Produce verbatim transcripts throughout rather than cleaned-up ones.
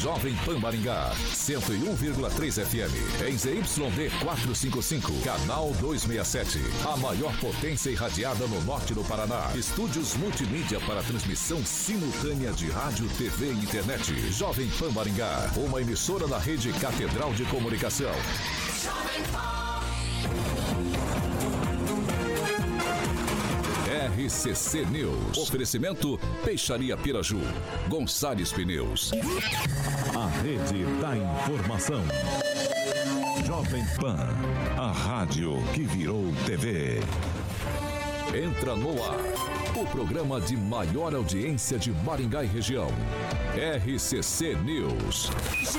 Jovem Pan Maringá, cento e um vírgula três F M. Em Z Y D quatrocentos e cinquenta e cinco, canal duzentos e sessenta e sete. A maior potência irradiada no norte do Paraná. Estúdios multimídia para transmissão simultânea de rádio, T V e internet. Jovem Pan Maringá, uma emissora da rede Catedral de Comunicação. Jovem Pan. R C C News. Oferecimento Peixaria Piraju. Gonçalves Pneus. A rede da informação. Jovem Pan. A rádio que virou T V. Entra no ar. O programa de maior audiência de Maringá e região. R C C News.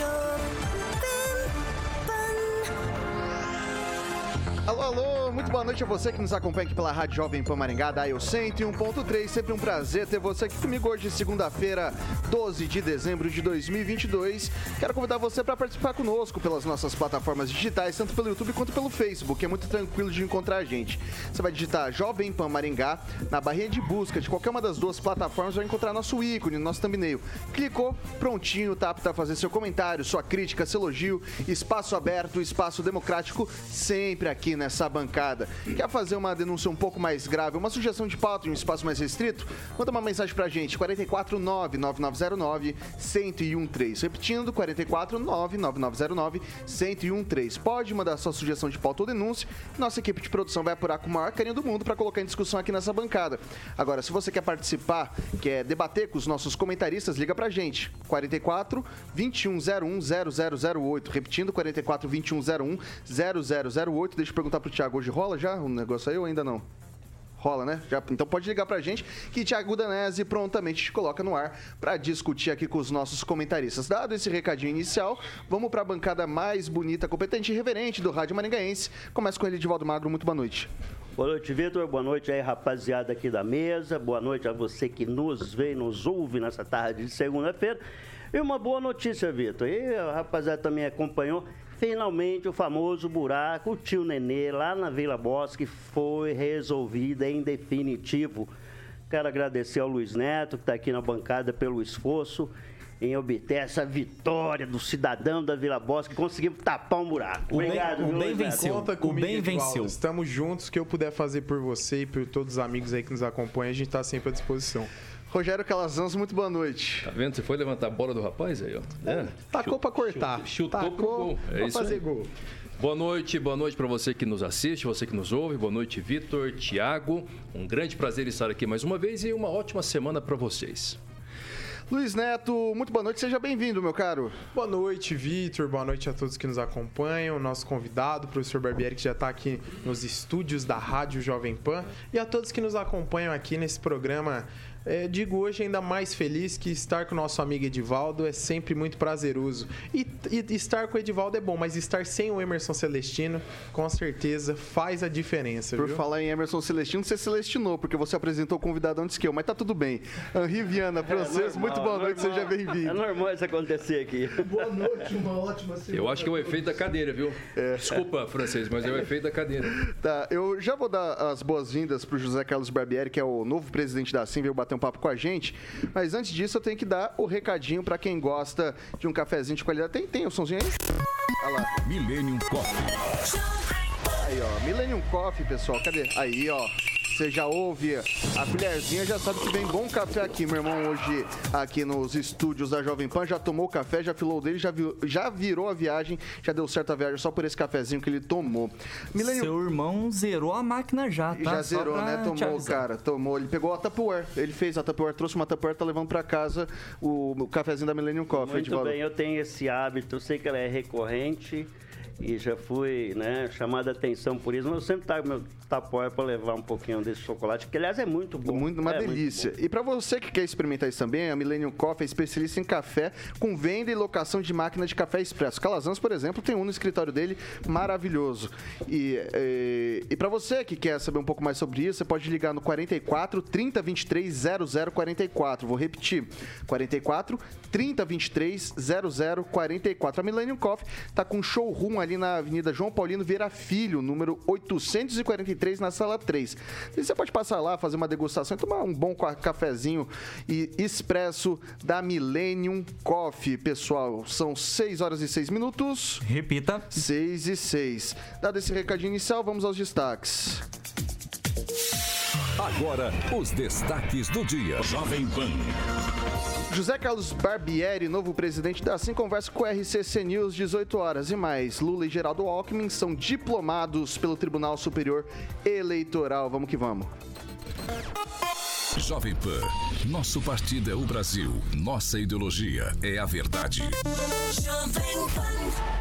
Alô, alô, muito boa noite a você que nos acompanha aqui pela Rádio Jovem Pan Maringá, da Eu cento e um ponto três. Sempre um prazer ter você aqui comigo hoje, segunda-feira, doze de dezembro de dois mil e vinte e dois. Quero convidar você para participar conosco pelas nossas plataformas digitais, tanto pelo YouTube quanto pelo Facebook. É muito tranquilo de encontrar a gente. Você vai digitar Jovem Pan Maringá, na barrinha de busca de qualquer uma das duas plataformas, vai encontrar nosso ícone, nosso thumbnail. Clicou, prontinho, tá apto a fazer seu comentário, sua crítica, seu elogio. Espaço aberto, espaço democrático, sempre aqui nessa bancada. Quer fazer uma denúncia um pouco mais grave, uma sugestão de pauta em um espaço mais restrito? Manda uma mensagem pra gente, quatro quatro nove, nove nove zero nove, um zero um três. Repetindo, quatro quatro nove, nove nove zero nove, um zero um três. Pode mandar sua sugestão de pauta ou denúncia. Nossa equipe de produção vai apurar com o maior carinho do mundo para colocar em discussão aqui nessa bancada. Agora, se você quer participar, quer debater com os nossos comentaristas, liga pra gente. quatro quatro, vinte e um zero um, zero zero zero oito. Repetindo, quatro quatro, vinte e um zero um, zero zero zero oito. Deixa eu perguntar pro Thiago, hoje rola já o negócio aí ou ainda não? Rola, né? Já, então pode ligar pra gente que Thiago Danese prontamente te coloca no ar pra discutir aqui com os nossos comentaristas. Dado esse recadinho inicial, vamos pra bancada mais bonita, competente e reverente do Rádio Maringaense. Começa com ele, Edivaldo Magro. Muito boa noite. Boa noite, Vitor. Boa noite aí, rapaziada aqui da mesa. Boa noite a você que nos vê e nos ouve nessa tarde de segunda-feira. E uma boa notícia, Vitor. E a rapaziada também acompanhou. Finalmente, o famoso buraco, o tio Nenê, lá na Vila Bosque, foi resolvido em definitivo. Quero agradecer ao Luiz Neto, que está aqui na bancada, pelo esforço em obter essa vitória do cidadão da Vila Bosque. Conseguimos tapar um buraco. Obrigado, o bem, o bem venceu. Conta comigo, o bem venceu. Estamos juntos, o que eu puder fazer por você e por todos os amigos aí que nos acompanham, a gente está sempre à disposição. Rogério Calazans, muito boa noite. Tá vendo? Você foi levantar a bola do rapaz aí, ó. É. Tacou pra cortar. Chutou Tacou pro gol. É pra isso fazer aí. gol. Boa noite, boa noite para você que nos assiste, você que nos ouve. Boa noite, Vitor, Thiago. Um grande prazer estar aqui mais uma vez e uma ótima semana para vocês. Luiz Neto, muito boa noite, seja bem-vindo, meu caro. Boa noite, Vitor, boa noite a todos que nos acompanham, nosso convidado, o professor Barbieri, que já está aqui nos estúdios da Rádio Jovem Pan, e a todos que nos acompanham aqui nesse programa. É, digo hoje ainda mais feliz que estar com o nosso amigo Edivaldo é sempre muito prazeroso. E, e estar com o Edivaldo é bom, mas estar sem o Emerson Celestino, com certeza, faz a diferença. Por viu? falar em Emerson Celestino, você celestinou, porque você apresentou o convidado antes que eu, mas tá tudo bem. Henri Viana, francês, é muito boa noite, seja bem-vindo. É normal isso acontecer aqui. Boa noite, uma ótima semana. Eu acho que é o efeito da cadeira, viu? É. Desculpa, francês, mas é o efeito da cadeira. Tá, eu já vou dar as boas-vindas pro José Carlos Barbieri, que é o novo presidente da Sim, veio bater um papo com a gente. Mas antes disso, eu tenho que dar o recadinho pra quem gosta de um cafezinho de qualidade. Tem, tem o somzinho aí? Olha lá. Millennium Coffee. Aí, ó. Millennium Coffee, pessoal. Cadê? Aí, ó. Você já ouve a colherzinha, já sabe que vem bom café aqui, meu irmão, hoje aqui nos estúdios da Jovem Pan, já tomou o café, já filou dele, já, viu, já virou a viagem, já deu certo a viagem só por esse cafezinho que ele tomou. Milênio... Seu irmão zerou a máquina já, tá? Já zerou, né? Tomou, cara, tomou. Ele pegou a Tupperware, ele fez a Tupperware, trouxe uma Tupperware, tá levando pra casa o, o cafezinho da Millennium Coffee. Muito Edivaldo. Bem, eu tenho esse hábito, eu sei que ela é recorrente, e já fui, né, chamada a atenção por isso, mas eu sempre trago meu Tupperware para levar um pouquinho desse chocolate, que aliás é muito bom. Muito, uma é delícia. Muito e para você que quer experimentar isso também, a Millennium Coffee é especialista em café com venda e locação de máquina de café expresso. Calazans, por exemplo, tem um no escritório dele maravilhoso. E, e, e para você que quer saber um pouco mais sobre isso, você pode ligar no quarenta e quatro, trinta, vinte e três, zero zero quarenta e quatro. Vou repetir, quarenta e quatro, trinta, vinte e três, zero zero quarenta e quatro. A Millennium Coffee tá com showroom ali ali na Avenida João Paulino Vieira Filho, número oitocentos e quarenta e três, na sala três. E você pode passar lá, fazer uma degustação e tomar um bom cafezinho e expresso da Millennium Coffee. Pessoal, são seis horas e seis minutos. Repita. seis e seis. Dado esse recadinho inicial, vamos aos destaques. Agora, os destaques do dia. Jovem Pan. José Carlos Barbieri, novo presidente da Assim, conversa com o R C C News, dezoito horas. E mais, Lula e Geraldo Alckmin são diplomados pelo Tribunal Superior Eleitoral. Vamos que vamos. Jovem Pan. Nosso partido é o Brasil. Nossa ideologia é a verdade. Jovem Pan.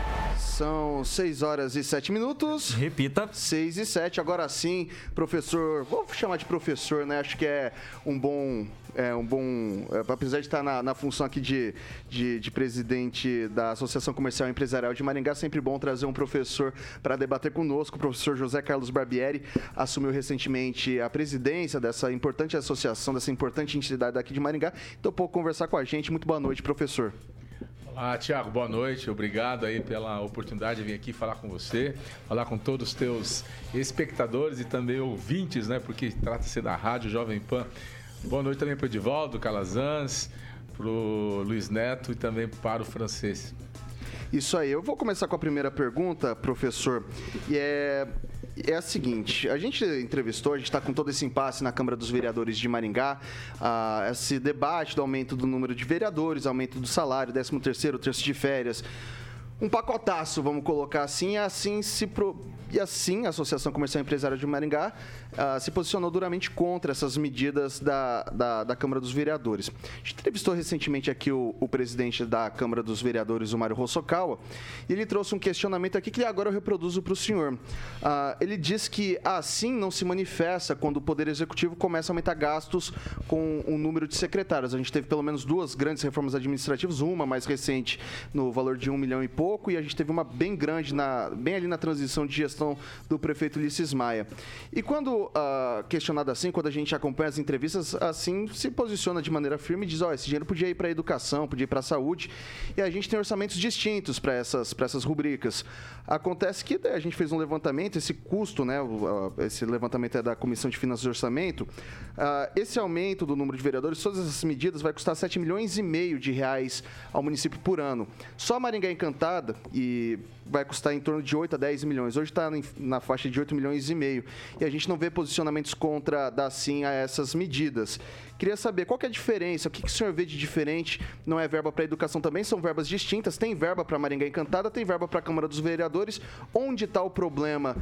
São seis horas e sete minutos. Repita. seis e sete. Agora sim, professor. Vou chamar de professor, né? Acho que é um bom. É um bom. É, apesar de estar na, na função aqui de, de, de presidente da Associação Comercial e Empresarial de Maringá, é sempre bom trazer um professor para debater conosco. O professor José Carlos Barbieri assumiu recentemente a presidência dessa importante associação, dessa importante entidade daqui de Maringá. Então, pouco conversar com a gente. Muito boa noite, professor. Olá, Tiago, boa noite. Obrigado aí pela oportunidade de vir aqui falar com você, falar com todos os teus espectadores e também ouvintes, né? Porque trata-se da Rádio Jovem Pan. Boa noite também para o Edivaldo Calazans, para o Luiz Neto e também para o Francês. Isso aí. Eu vou começar com a primeira pergunta, professor. E é... É a seguinte, a gente entrevistou, a gente está com todo esse impasse na Câmara dos Vereadores de Maringá, uh, esse debate do aumento do número de vereadores, aumento do salário, décimo terceiro, terço de férias, um pacotaço, vamos colocar assim, e assim, se pro... e assim a Associação Comercial e Empresarial de Maringá uh, se posicionou duramente contra essas medidas da, da, da Câmara dos Vereadores. A gente entrevistou recentemente aqui o, o presidente da Câmara dos Vereadores, o Mário Hosokawa, e ele trouxe um questionamento aqui que agora eu reproduzo para o senhor. Uh, ele diz que assim não se manifesta quando o Poder Executivo começa a aumentar gastos com o número de secretários. A gente teve pelo menos duas grandes reformas administrativas, uma mais recente no valor de um milhão e pouco, e a gente teve uma bem grande, na, bem ali na transição de gestão do prefeito Ulisses Maia. E quando uh, questionado assim, quando a gente acompanha as entrevistas, assim, se posiciona de maneira firme e diz, ó, oh, esse dinheiro podia ir para a educação, podia ir para a saúde, e a gente tem orçamentos distintos para essas, para essas rubricas. Acontece que a gente fez um levantamento, esse custo, né, esse levantamento é da Comissão de Finanças e Orçamento, uh, esse aumento do número de vereadores, todas essas medidas vai custar sete milhões e meio de reais ao município por ano. Só Maringá Encantada, e vai custar em torno de oito a dez milhões. Hoje está na faixa de oito milhões e meio. E a gente não vê posicionamentos contra da Sim a essas medidas. Queria saber qual que é a diferença, o que, que o senhor vê de diferente? Não é verba para a educação também, são verbas distintas. Tem verba para Maringá Encantada, tem verba para a Câmara dos Vereadores. Onde está o problema,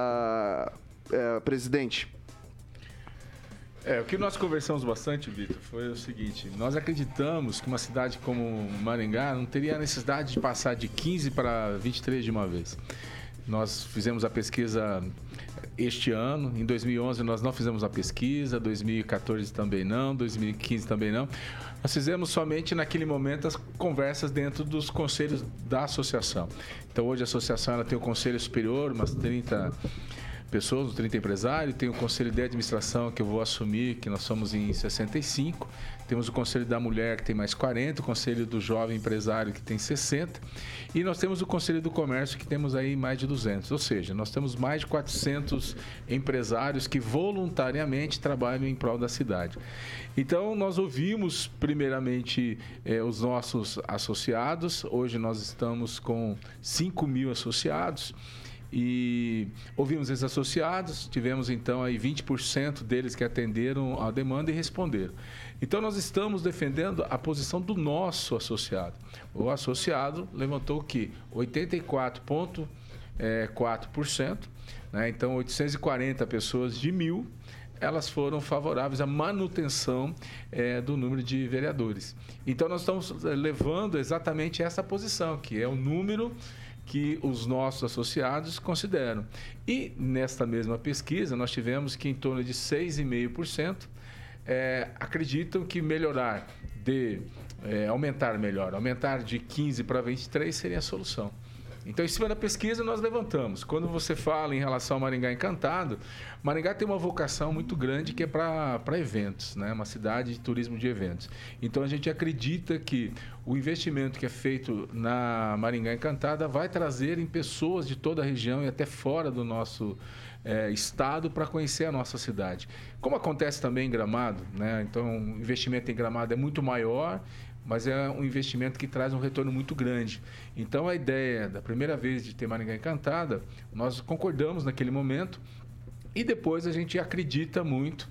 uh, uh, presidente? É, o que nós conversamos bastante, Vitor, foi o seguinte: nós acreditamos que uma cidade como Maringá não teria a necessidade de passar de quinze para vinte e três de uma vez. Nós fizemos a pesquisa este ano, em dois mil e onze nós não fizemos a pesquisa, dois mil e quatorze também não, dois mil e quinze também não. Nós fizemos somente naquele momento as conversas dentro dos conselhos da associação. Então hoje a associação ela tem o conselho superior, umas trinta pessoas, trinta empresários, tem o conselho de administração que eu vou assumir, que nós somos em sessenta e cinco, temos o conselho da mulher que tem mais quarenta, o conselho do jovem empresário que tem sessenta e nós temos o conselho do comércio que temos aí mais de duzentos, ou seja, nós temos mais de quatrocentos empresários que voluntariamente trabalham em prol da cidade. Então nós ouvimos primeiramente eh, os nossos associados, hoje nós estamos com cinco mil associados, e ouvimos esses associados, tivemos então aí vinte por cento deles que atenderam a demanda e responderam. Então nós estamos defendendo a posição do nosso associado. O associado levantou o quê? oitenta e quatro vírgula quatro por cento, né? Então oitocentas e quarenta pessoas de mil, elas foram favoráveis à manutenção é, do número de vereadores. Então nós estamos levando exatamente essa posição, que é o número que os nossos associados consideram. E nesta mesma pesquisa, nós tivemos que em torno de seis vírgula cinco por cento é, acreditam que melhorar, de, é, aumentar melhor, aumentar de quinze para vinte e três seria a solução. Então, em cima da pesquisa, nós levantamos. Quando você fala em relação ao Maringá Encantado, Maringá tem uma vocação muito grande que é para eventos, né? Uma cidade de turismo de eventos. Então, a gente acredita que o investimento que é feito na Maringá Encantada vai trazer em pessoas de toda a região e até fora do nosso é, estado para conhecer a nossa cidade. Como acontece também em Gramado, né? Então, o investimento em Gramado é muito maior, mas é um investimento que traz um retorno muito grande. Então, a ideia da primeira vez de ter Maringá Encantada, nós concordamos naquele momento e depois a gente acredita muito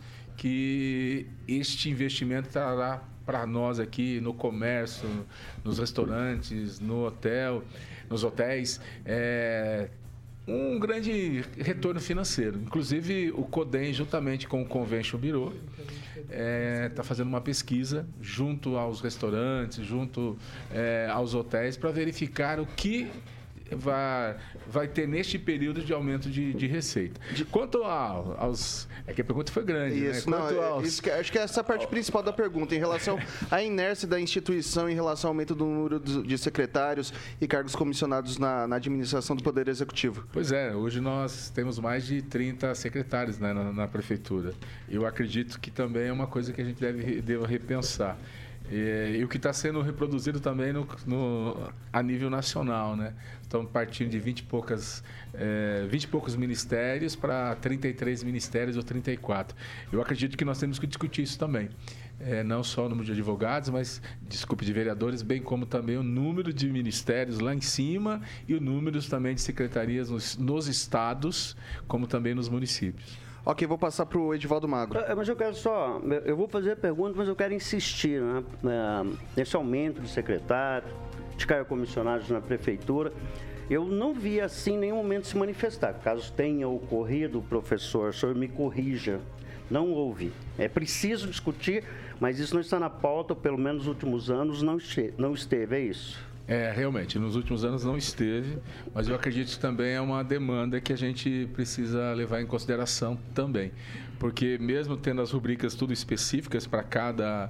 que este investimento trará para nós aqui no comércio, nos restaurantes, no hotel, nos hotéis, é, um grande retorno financeiro. Inclusive, o CODEM, juntamente com o Convention Bureau, está é, fazendo uma pesquisa junto aos restaurantes, junto é, aos hotéis, para verificar o que vai, vai ter neste período de aumento de, de receita. Quanto a, aos... É que a pergunta foi grande, isso, né? Não, Quanto aos... isso que, acho que essa é a parte principal da pergunta, em relação à inércia da instituição, em relação ao aumento do número de secretários e cargos comissionados na, na administração do Poder Executivo. Pois é, hoje nós temos mais de trinta secretários, né, na, na Prefeitura. Eu acredito que também é uma coisa que a gente deve, deve repensar. E, e o que está sendo reproduzido também no, no, a nível nacional, né? Estão partindo de vinte e poucas, é, vinte e poucos ministérios para trinta e três ministérios ou trinta e quatro. Eu acredito que nós temos que discutir isso também. É, não só o número de advogados, mas, desculpe, de vereadores, bem como também o número de ministérios lá em cima e o número também de secretarias nos, nos estados, como também nos municípios. Ok, vou passar para o Edivaldo Magro. É, mas eu quero só, eu vou fazer a pergunta, mas eu quero insistir, né? Nesse aumento de secretário, de cargos comissionados na prefeitura. Eu não vi assim em nenhum momento se manifestar. Caso tenha ocorrido, professor, o senhor me corrija. Não houve. É preciso discutir, mas isso não está na pauta, ou pelo menos nos últimos anos não esteve, não esteve, é isso? É, realmente, nos últimos anos não esteve, mas eu acredito que também é uma demanda que a gente precisa levar em consideração também. Porque mesmo tendo as rubricas tudo específicas para cada,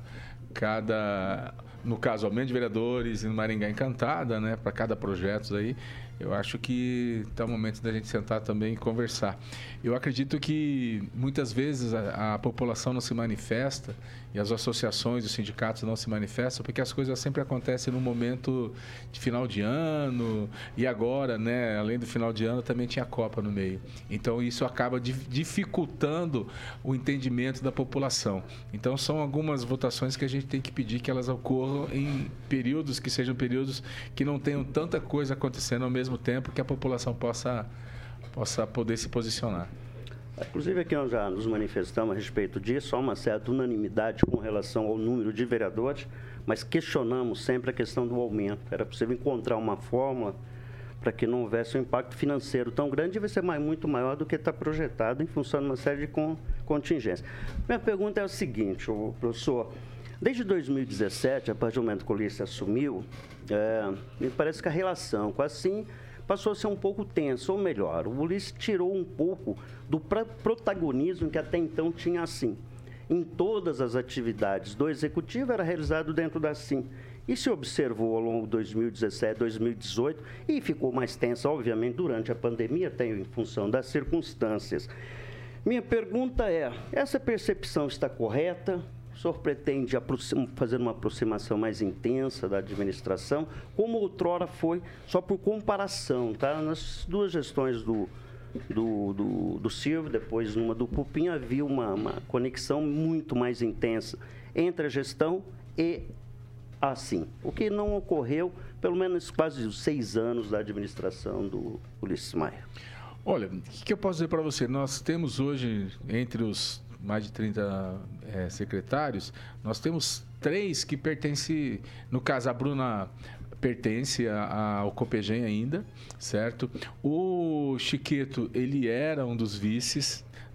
cada, no caso, aumento de vereadores em Maringá Encantada, né, para cada projeto aí, eu acho que está o momento da gente sentar também e conversar. Eu acredito que muitas vezes a, a população não se manifesta e as associações e os sindicatos não se manifestam porque as coisas sempre acontecem no momento de final de ano e agora, né, além do final de ano, também tinha a Copa no meio. Então, isso acaba dificultando o entendimento da população. Então, são algumas votações que a gente tem que pedir que elas ocorram em períodos que sejam períodos que não tenham tanta coisa acontecendo ao mesmo tempo que a população possa, possa poder se posicionar. Inclusive, aqui nós já nos manifestamos a respeito disso, há uma certa unanimidade com relação ao número de vereadores, mas questionamos sempre a questão do aumento. Era possível encontrar uma fórmula para que não houvesse um impacto financeiro tão grande e vai ser mais, muito maior do que está projetado em função de uma série de con, contingências. Minha pergunta é a seguinte, professor. Desde dois mil e dezessete, a partir do momento que o Ulisses assumiu, é, me parece que a relação com assim passou a ser um pouco tensa, ou melhor, o Ulisses tirou um pouco do protagonismo que até então tinha assim. Em todas as atividades do Executivo era realizado dentro da assim. E se observou ao longo de dois mil e dezessete, dois mil e dezoito, e ficou mais tensa, obviamente, durante a pandemia, até em função das circunstâncias. Minha pergunta é, essa percepção está correta? O senhor pretende fazer uma aproximação mais intensa da administração, como outrora foi, só por comparação, tá? Nas duas gestões do, do, do, do Silvio, depois numa do Pupim, havia uma, uma conexão muito mais intensa entre a gestão e a assim. O que não ocorreu, pelo menos quase os seis anos da administração do Ulisses Maia. Olha, o que eu posso dizer para você? Nós temos hoje, entre os mais de trinta é, secretários, nós temos três que pertencem, no caso a Bruna pertence a, a, ao Copegem ainda, certo? O Chiqueto, ele era um dos vices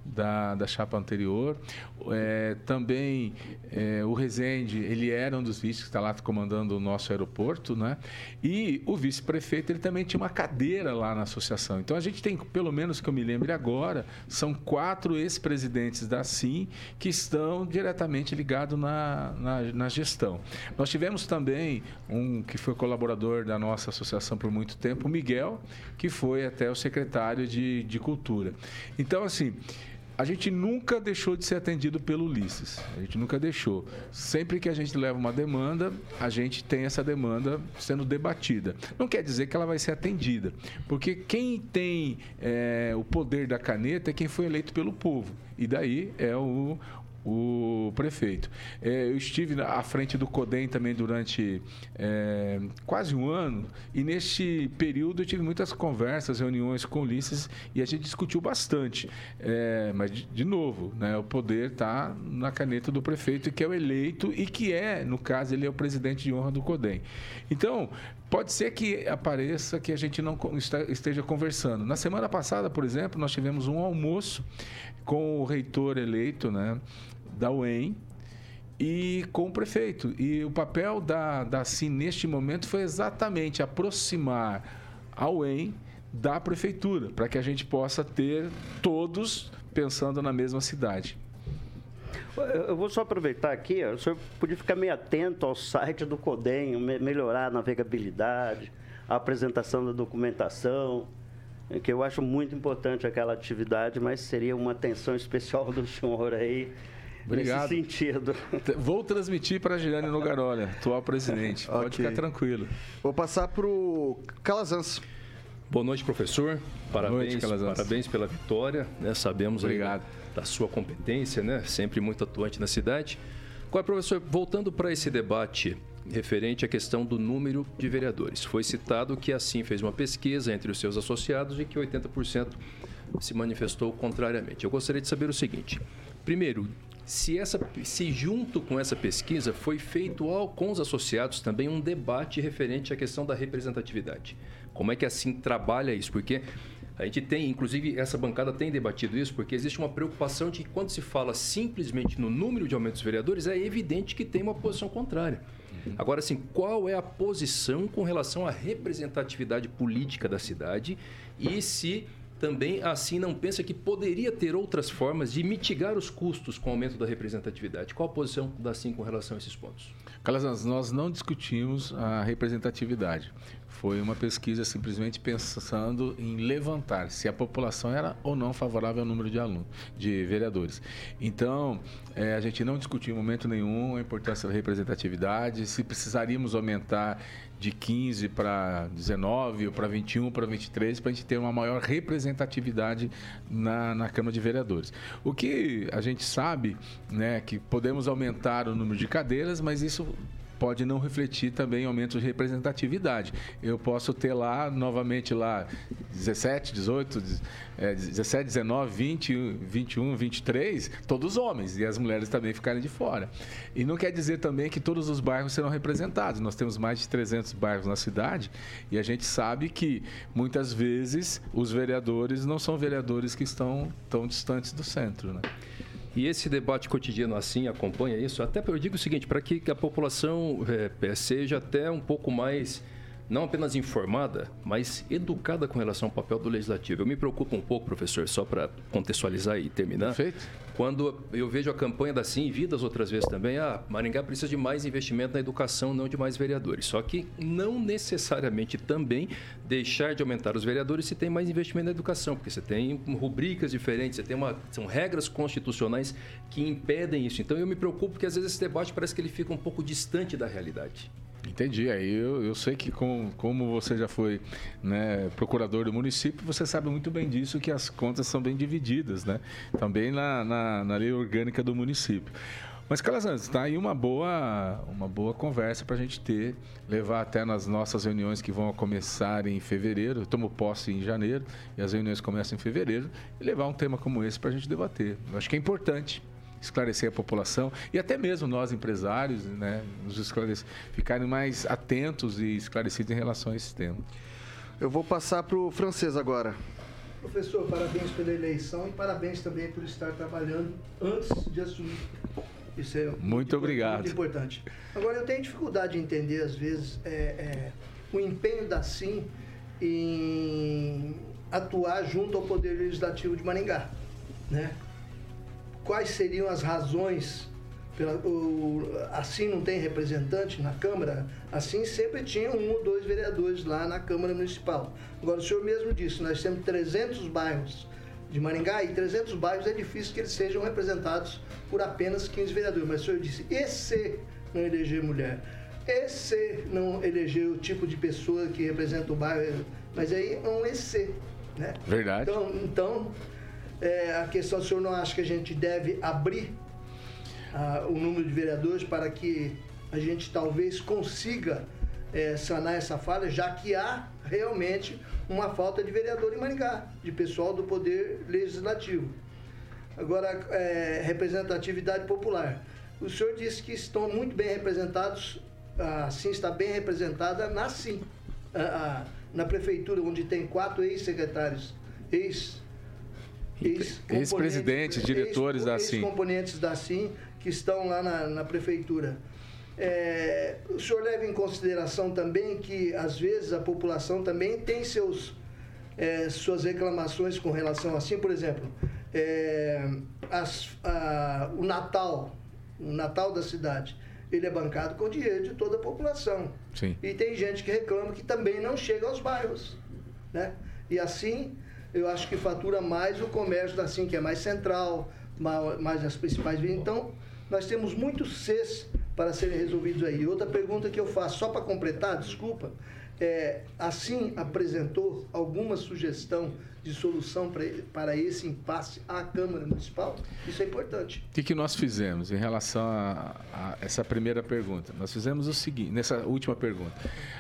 da, da chapa anterior. É, também é, o Rezende, ele era um dos vices que está lá comandando o nosso aeroporto, né? E o vice-prefeito, ele também tinha uma cadeira lá na associação. Então, a gente tem, pelo menos que eu me lembre agora, são quatro ex-presidentes da SIM que estão diretamente ligados na, na, na gestão. Nós tivemos também um que foi colaborador da nossa associação por muito tempo, o Miguel, que foi até o secretário de, de Cultura. Então, assim, a gente nunca deixou de ser atendido pelo Ulisses. A gente nunca deixou. Sempre que a gente leva uma demanda, a gente tem essa demanda sendo debatida. Não quer dizer que ela vai ser atendida, porque quem tem é, o poder da caneta é quem foi eleito pelo povo. E daí é o... o prefeito. É, eu estive à frente do CODEM também durante é, quase um ano, e neste período eu tive muitas conversas, reuniões com o Ulisses, e a gente discutiu bastante. É, mas, de, de novo, né, o poder está na caneta do prefeito, que é o eleito e que é, no caso, ele é o presidente de honra do CODEM. Então, pode ser que apareça que a gente não esteja conversando. Na semana passada, por exemplo, nós tivemos um almoço com o reitor eleito, né, da U E M e com o prefeito. E o papel da, da SIM neste momento foi exatamente aproximar a U E M da prefeitura, para que a gente possa ter todos pensando na mesma cidade. Eu vou só aproveitar aqui, ó, o senhor podia ficar meio atento ao site do CODEM, me- melhorar a navegabilidade, a apresentação da documentação, que eu acho muito importante aquela atividade, mas seria uma atenção especial do senhor aí. Obrigado. Nesse sentido. Vou transmitir para a Giane Nogarola, atual presidente. Pode Ok. ficar tranquilo. Vou passar para o Calazans. Boa noite, professor. Parabéns, noite, Calazans. parabéns pela vitória, né? Sabemos aí Obrigado. da sua competência, né? Sempre muito atuante na cidade. Agora, professor, voltando para esse debate referente à questão do número de vereadores. Foi citado que a SIM fez uma pesquisa entre os seus associados e que oitenta por cento se manifestou contrariamente. Eu gostaria de saber o seguinte. Primeiro, se, essa, se junto com essa pesquisa foi feito ao, com os associados também um debate referente à questão da representatividade. Como é que a SIM trabalha isso? Porque a gente tem, inclusive, essa bancada tem debatido isso, porque existe uma preocupação de que quando se fala simplesmente no número de aumentos dos vereadores, é evidente que tem uma posição contrária. Agora, assim, qual é a posição com relação à representatividade política da cidade e se também assim não pensa que poderia ter outras formas de mitigar os custos com o aumento da representatividade? Qual a posição da SIM com relação a esses pontos? Calazans, nós não discutimos a representatividade. Foi uma pesquisa simplesmente pensando em levantar se a população era ou não favorável ao número de alunos, de vereadores. Então, é, a gente não discutiu em momento nenhum a importância da representatividade, se precisaríamos aumentar de quinze para dezenove, ou para vinte e um, para vinte e três, para a gente ter uma maior representatividade na, na Câmara de Vereadores. O que a gente sabe, né, que podemos aumentar o número de cadeiras, mas isso pode não refletir também aumento de representatividade. Eu posso ter lá, novamente lá, dezessete, dezoito, dezessete, dezenove, vinte, vinte e um, vinte e três, todos homens, e as mulheres também ficarem de fora. E não quer dizer também que todos os bairros serão representados. Nós temos mais de trezentos bairros na cidade e a gente sabe que, muitas vezes, os vereadores não são vereadores que estão tão distantes do centro, né? E esse debate cotidiano assim acompanha isso? Até eu digo o seguinte, para que a população é, seja até um pouco mais, não apenas informada, mas educada com relação ao papel do Legislativo. Eu me preocupo um pouco, professor, só para contextualizar e terminar. Perfeito. Quando eu vejo a campanha da SIM, e vi das outras vezes também, ah, Maringá precisa de mais investimento na educação, não de mais vereadores. Só que não necessariamente também deixar de aumentar os vereadores se tem mais investimento na educação, porque você tem rubricas diferentes, você tem uma, são regras constitucionais que impedem isso. Então eu me preocupo porque às vezes esse debate parece que ele fica um pouco distante da realidade. Entendi. Aí eu, eu sei que com, como você já foi, né, procurador do município, você sabe muito bem disso, que as contas são bem divididas, né? Também na, na, na lei orgânica do município. Mas, Calazans, está aí uma boa, uma boa conversa para a gente ter, levar até nas nossas reuniões que vão começar em fevereiro. Eu tomo posse em janeiro e as reuniões começam em fevereiro, e levar um tema como esse para a gente debater. Eu acho que é importante esclarecer a população e até mesmo nós, empresários, né, nos esclarecer, ficarem mais atentos e esclarecidos em relação a esse tema. Eu vou passar para o Francês agora. Professor, parabéns pela eleição e parabéns também por estar trabalhando antes de assumir. Isso é muito, muito obrigado. Muito importante. Agora, eu tenho dificuldade de entender, às vezes, é, é, o empenho da SIM em atuar junto ao Poder Legislativo de Maringá, né? Quais seriam as razões? Pela, o, assim não tem representante na Câmara, assim sempre tinha um ou dois vereadores lá na Câmara Municipal. Agora, o senhor mesmo disse, nós temos trezentos bairros de Maringá e trezentos bairros é difícil que eles sejam representados por apenas quinze vereadores. Mas o senhor disse, e se não eleger mulher? E se não eleger o tipo de pessoa que representa o bairro? Mas aí é um e se, né? Verdade. Então, então é, a questão, o senhor não acha que a gente deve abrir Uh, o número de vereadores para que a gente talvez consiga é, sanar essa falha, já que há realmente uma falta de vereador em Maringá, de pessoal do Poder Legislativo. Agora, é, representatividade popular. O senhor disse que estão muito bem representados, a SIM está bem representada na SIM, a, a, na prefeitura, onde tem quatro ex-secretários, ex ex-presidentes, diretores da SIM. Ex-componentes da SIM que estão lá na, na prefeitura. É, o senhor leva em consideração também que, às vezes, a população também tem seus, é, suas reclamações com relação a SIM. Por exemplo, é, as, a, o Natal, o Natal da cidade, ele é bancado com dinheiro de toda a população. Sim. E tem gente que reclama que também não chega aos bairros, né? E assim, eu acho que fatura mais o comércio da SIM, que é mais central, mais as principais vias. Então, nós temos muitos Cs para serem resolvidos aí. Outra pergunta que eu faço, só para completar, desculpa, é, a SIM apresentou alguma sugestão de solução para, para esse impasse à Câmara Municipal? Isso é importante. O que, que nós fizemos em relação a, a essa primeira pergunta? Nós fizemos o seguinte, nessa última pergunta.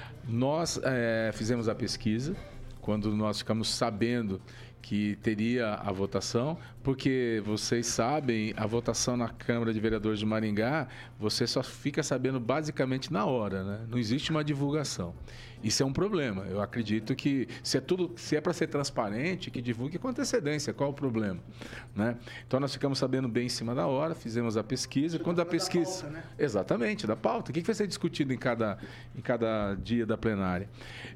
Nós é, fizemos a pesquisa, quando nós ficamos sabendo que teria a votação, porque vocês sabem, a votação na Câmara de Vereadores de Maringá, você só fica sabendo basicamente na hora, né? Não existe uma divulgação. Isso é um problema. Eu acredito que se é tudo, se é para ser transparente, que divulgue com antecedência. Qual o problema, né? Então nós ficamos sabendo bem em cima da hora, fizemos a pesquisa. Quando a pesquisa, da pauta, né? Exatamente, da pauta. O que vai ser discutido em cada, em cada dia da plenária?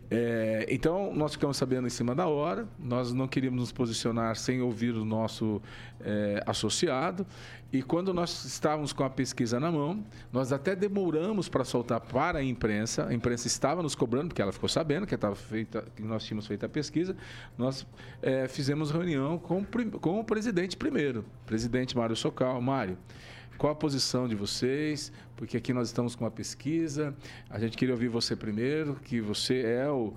É, então nós ficamos sabendo em cima da hora. Nós não queríamos nos posicionar sem ouvir o nosso é, associado. E quando nós estávamos com a pesquisa na mão, nós até demoramos para soltar para a imprensa. A imprensa estava nos cobrando, porque ela ficou sabendo que, estava feita, que nós tínhamos feito a pesquisa. Nós é, fizemos reunião com, com o presidente primeiro, presidente Mário Socal. Mário, qual a posição de vocês? Porque aqui nós estamos com uma pesquisa, a gente queria ouvir você primeiro, que você é o,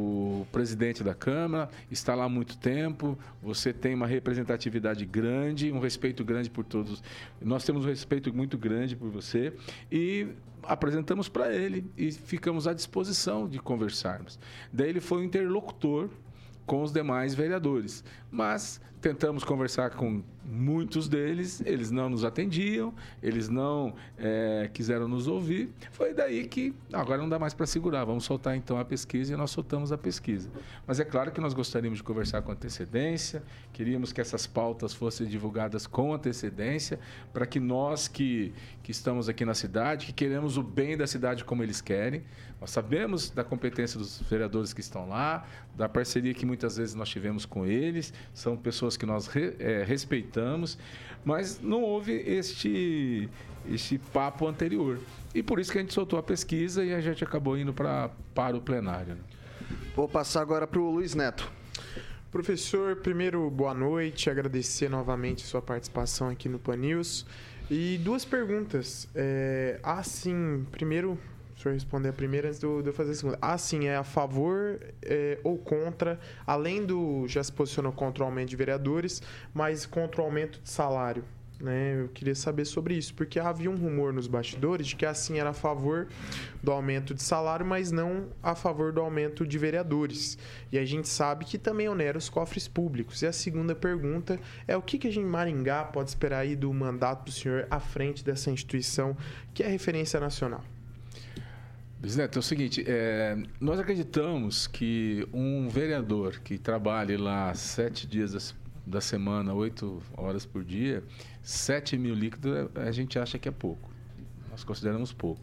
o presidente da Câmara, está lá há muito tempo, você tem uma representatividade grande, um respeito grande por todos. Nós temos um respeito muito grande por você e apresentamos para ele e ficamos à disposição de conversarmos. Daí ele foi o interlocutor com os demais vereadores, mas tentamos conversar com muitos deles, eles não nos atendiam, eles não é, quiseram nos ouvir. Foi daí que agora não dá mais para segurar, vamos soltar então a pesquisa, e nós soltamos a pesquisa. Mas é claro que nós gostaríamos de conversar com antecedência, queríamos que essas pautas fossem divulgadas com antecedência, para que nós que, que estamos aqui na cidade, que queremos o bem da cidade como eles querem, nós sabemos da competência dos vereadores que estão lá, da parceria que muitas vezes nós tivemos com eles, são pessoas que nós re, é, respeitamos, mas não houve este, este papo anterior. E por isso que a gente soltou a pesquisa e a gente acabou indo pra, para o plenário. Né? Vou passar agora para o Luiz Neto. Professor, primeiro, boa noite, agradecer novamente sua participação aqui no Pan News. E duas perguntas. É, ah, sim, primeiro... O senhor responder a primeira antes de eu fazer a segunda. Ah, sim, é a favor é, ou contra, além do... Já se posicionou contra o aumento de vereadores, mas contra o aumento de salário, né? Eu queria saber sobre isso, porque havia um rumor nos bastidores de que assim era a favor do aumento de salário, mas não a favor do aumento de vereadores. E a gente sabe que também onera os cofres públicos. E a segunda pergunta é o que, que a gente em Maringá pode esperar aí do mandato do senhor à frente dessa instituição que é referência nacional? Bisneto, é o seguinte, é, nós acreditamos que um vereador que trabalhe lá sete dias da, da semana, oito horas por dia, sete mil líquidos, a gente acha que é pouco. Nós consideramos pouco.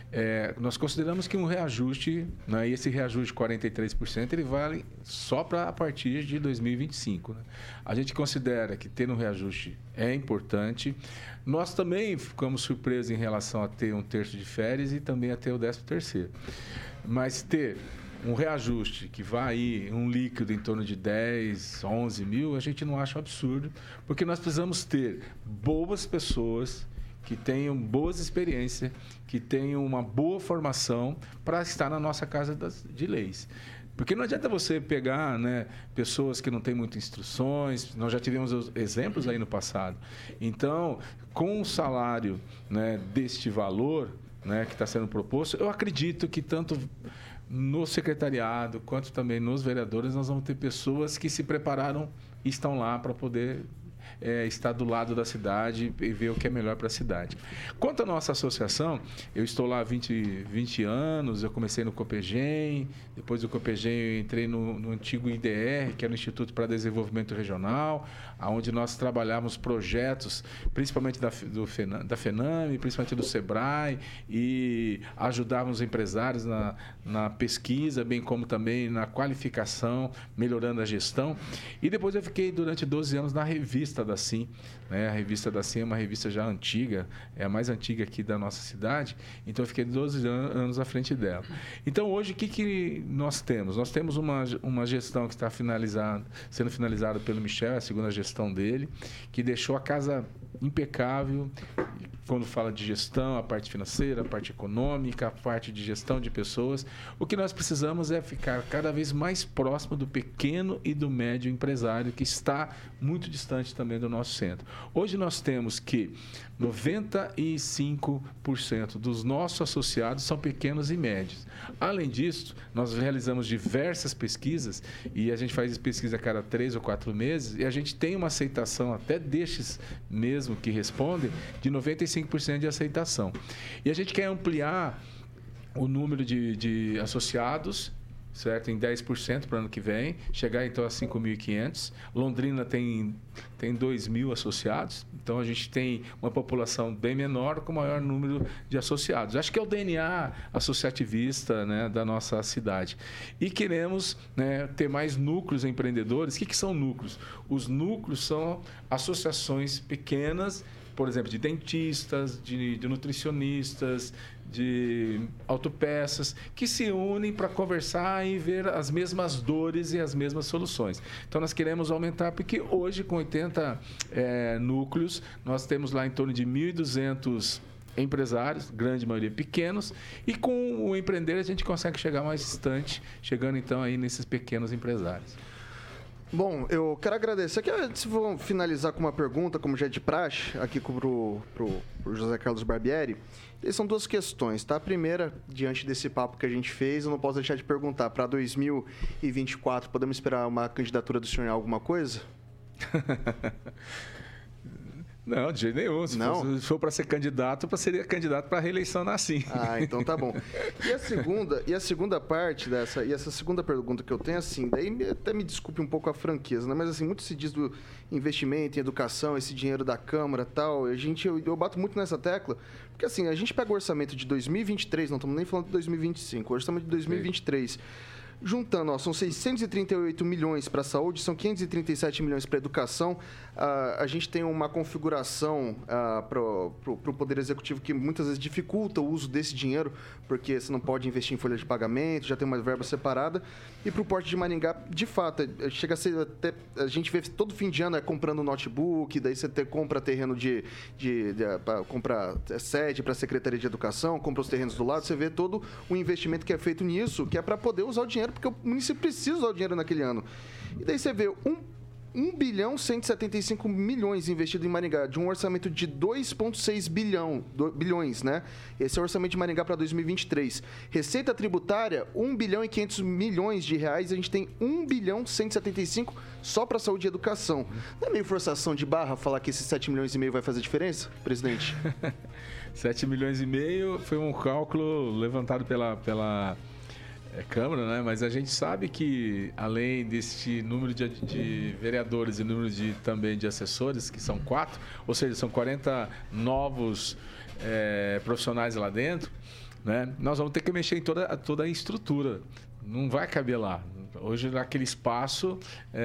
É, nós consideramos que um reajuste, né, e esse reajuste de quarenta e três por cento, ele vale só para a partir de dois mil e vinte e cinco. Né? A gente considera que ter um reajuste é importante. Nós também ficamos surpresos em relação a ter um terço de férias e também a ter o décimo terceiro. Mas ter um reajuste que vai aí, um líquido em torno de dez, onze mil, a gente não acha um absurdo, porque nós precisamos ter boas pessoas que tenham boas experiências, que tenham uma boa formação para estar na nossa Casa das, de Leis. Porque não adianta você pegar, né, pessoas que não têm muitas instruções, nós já tivemos exemplos aí no passado. Então, com o salário, né, deste valor, né, que está sendo proposto, eu acredito que tanto no secretariado quanto também nos vereadores nós vamos ter pessoas que se prepararam e estão lá para poder É, estar do lado da cidade e ver o que é melhor para a cidade. Quanto à nossa associação, eu estou lá há vinte, vinte anos, eu comecei no Copegem, depois do Copegem eu entrei no, no antigo I D R, que era o Instituto para Desenvolvimento Regional, onde nós trabalhávamos projetos, principalmente da, do Fenam, da FENAME, principalmente do SEBRAE, e ajudávamos os empresários na, na pesquisa, bem como também na qualificação, melhorando a gestão. E depois eu fiquei durante doze anos na revista da Sim, né? A revista da Sim é uma revista já antiga, é a mais antiga aqui da nossa cidade, então eu fiquei doze anos à frente dela. Então hoje o que, que nós temos? Nós temos uma, uma gestão que está finalizada, sendo finalizada pelo Michel, é a segunda gestão dele, que deixou a casa impecável, quando fala de gestão, a parte financeira, a parte econômica, a parte de gestão de pessoas. O que nós precisamos é ficar cada vez mais próximo do pequeno e do médio empresário, que está muito distante também do nosso centro. Hoje nós temos que noventa e cinco por cento dos nossos associados são pequenos e médios. Além disso, nós realizamos diversas pesquisas, e a gente faz pesquisa a cada três ou quatro meses, e a gente tem uma aceitação até destes mesmo que respondem, de noventa e cinco por cento de aceitação. E a gente quer ampliar o número de, de associados, certo? Em dez por cento para o ano que vem, chegar então a cinco mil e quinhentos. Londrina tem, tem dois mil associados, então a gente tem uma população bem menor com maior número de associados. Acho que é o D N A associativista, né, da nossa cidade. E queremos, né, ter mais núcleos empreendedores. O que, que são núcleos? Os núcleos são associações pequenas, por exemplo, de dentistas, de, de nutricionistas, de autopeças, que se unem para conversar e ver as mesmas dores e as mesmas soluções. Então, nós queremos aumentar, porque hoje, com oitenta é, núcleos, nós temos lá em torno de mil e duzentos empresários, grande maioria pequenos, e com o empreender a gente consegue chegar mais distante, chegando então aí nesses pequenos empresários. Bom, eu quero agradecer. Aqui, antes vou finalizar com uma pergunta, como já é de praxe, aqui para o José Carlos Barbieri. E são duas questões, tá? A primeira, diante desse papo que a gente fez, eu não posso deixar de perguntar. Para dois mil e vinte e quatro, podemos esperar uma candidatura do senhor em alguma coisa? Não, de jeito nenhum. Se não? for, for para ser candidato, para seria candidato para a reeleição na Sim. Ah, então tá bom. E a segunda, e a segunda parte dessa, e essa segunda pergunta que eu tenho, assim, daí até me desculpe um pouco a franqueza, né? Mas assim, muito se diz do investimento em educação, esse dinheiro da Câmara e tal. A gente, eu, eu bato muito nessa tecla, porque assim, a gente pega o orçamento de dois mil e vinte e três, não estamos nem falando de dois mil e vinte e cinco, o orçamento de dois mil e vinte e três. Juntando, ó, são seiscentos e trinta e oito milhões para a saúde, são quinhentos e trinta e sete milhões para a educação. Uh, a gente tem uma configuração uh, para o Poder Executivo que muitas vezes dificulta o uso desse dinheiro, porque você não pode investir em folha de pagamento, já tem uma verba separada. E para o Porto de Maringá, de fato, chega a ser até... A gente vê todo fim de ano é comprando notebook, daí você te, compra terreno de... de, de pra, compra sede para a Secretaria de Educação, compra os terrenos do lado, você vê todo o investimento que é feito nisso, que é para poder usar o dinheiro, porque o município precisa usar o dinheiro naquele ano. E daí você vê um um bilhão cento e setenta e cinco milhões investido em Maringá, de um orçamento de dois vírgula seis bilhão, do, bilhões, né? Esse é o orçamento de Maringá para dois mil e vinte e três. Receita tributária, um bilhão e quinhentos milhões de reais, a gente tem um bilhão cento e setenta e cinco só para saúde e educação. Não é meio forçação de barra falar que esses sete milhões e meio vai fazer diferença, presidente? sete milhões e meio foi um cálculo levantado pela, pela é, Câmara, né? Mas a gente sabe que, além deste número de, de vereadores e número de, também de assessores, que são quatro, ou seja, são quarenta novos é, profissionais lá dentro, né? Nós vamos ter que mexer em toda, toda a estrutura. Não vai caber lá. Hoje, naquele espaço,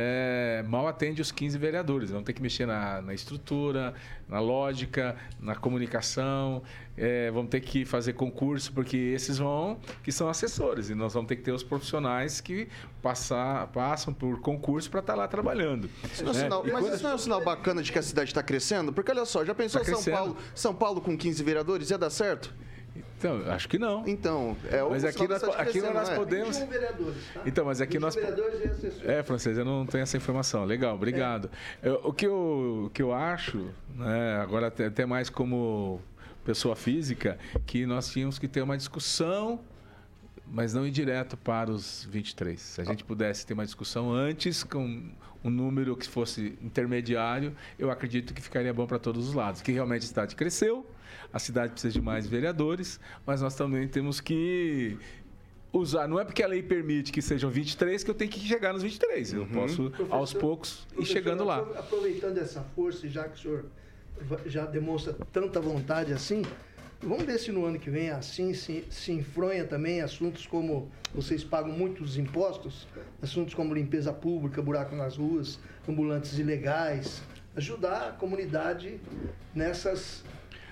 é, mal atende os quinze vereadores. Vamos ter que mexer na, na estrutura, na lógica, na comunicação. É, vamos ter que fazer concurso, porque esses vão, que são assessores. E nós vamos ter que ter os profissionais que passar, passam por concurso para estar lá trabalhando. Isso não é sinal, mas quando... isso não é um sinal bacana de que a cidade está crescendo? Porque, olha só, já pensou tá São Paulo, São Paulo com quinze vereadores? Ia dar certo? Então, acho que não. Então, é o Mas aqui nós, aqui nós é? podemos. Tá? Então, mas aqui nós. É, Francês, eu não tenho essa informação. Legal, obrigado. É. Eu, o, que eu, o que eu acho, né, agora até, até mais como pessoa física, que nós tínhamos que ter uma discussão, mas não ir direto para os vinte e três. Se a gente pudesse ter uma discussão antes, com um número que fosse intermediário, eu acredito que ficaria bom para todos os lados. Que realmente a cidade cresceu, a cidade precisa de mais vereadores, mas nós também temos que usar. Não é porque a lei permite que sejam vinte e três que eu tenho que chegar nos vinte e três. Eu uhum. posso, professor, aos poucos, ir chegando lá. Aproveitando essa força, já que o senhor já demonstra tanta vontade assim, vamos ver se no ano que vem assim se, se enfronha também assuntos como vocês pagam muitos impostos, assuntos como limpeza pública, buraco nas ruas, ambulantes ilegais, ajudar a comunidade nessas,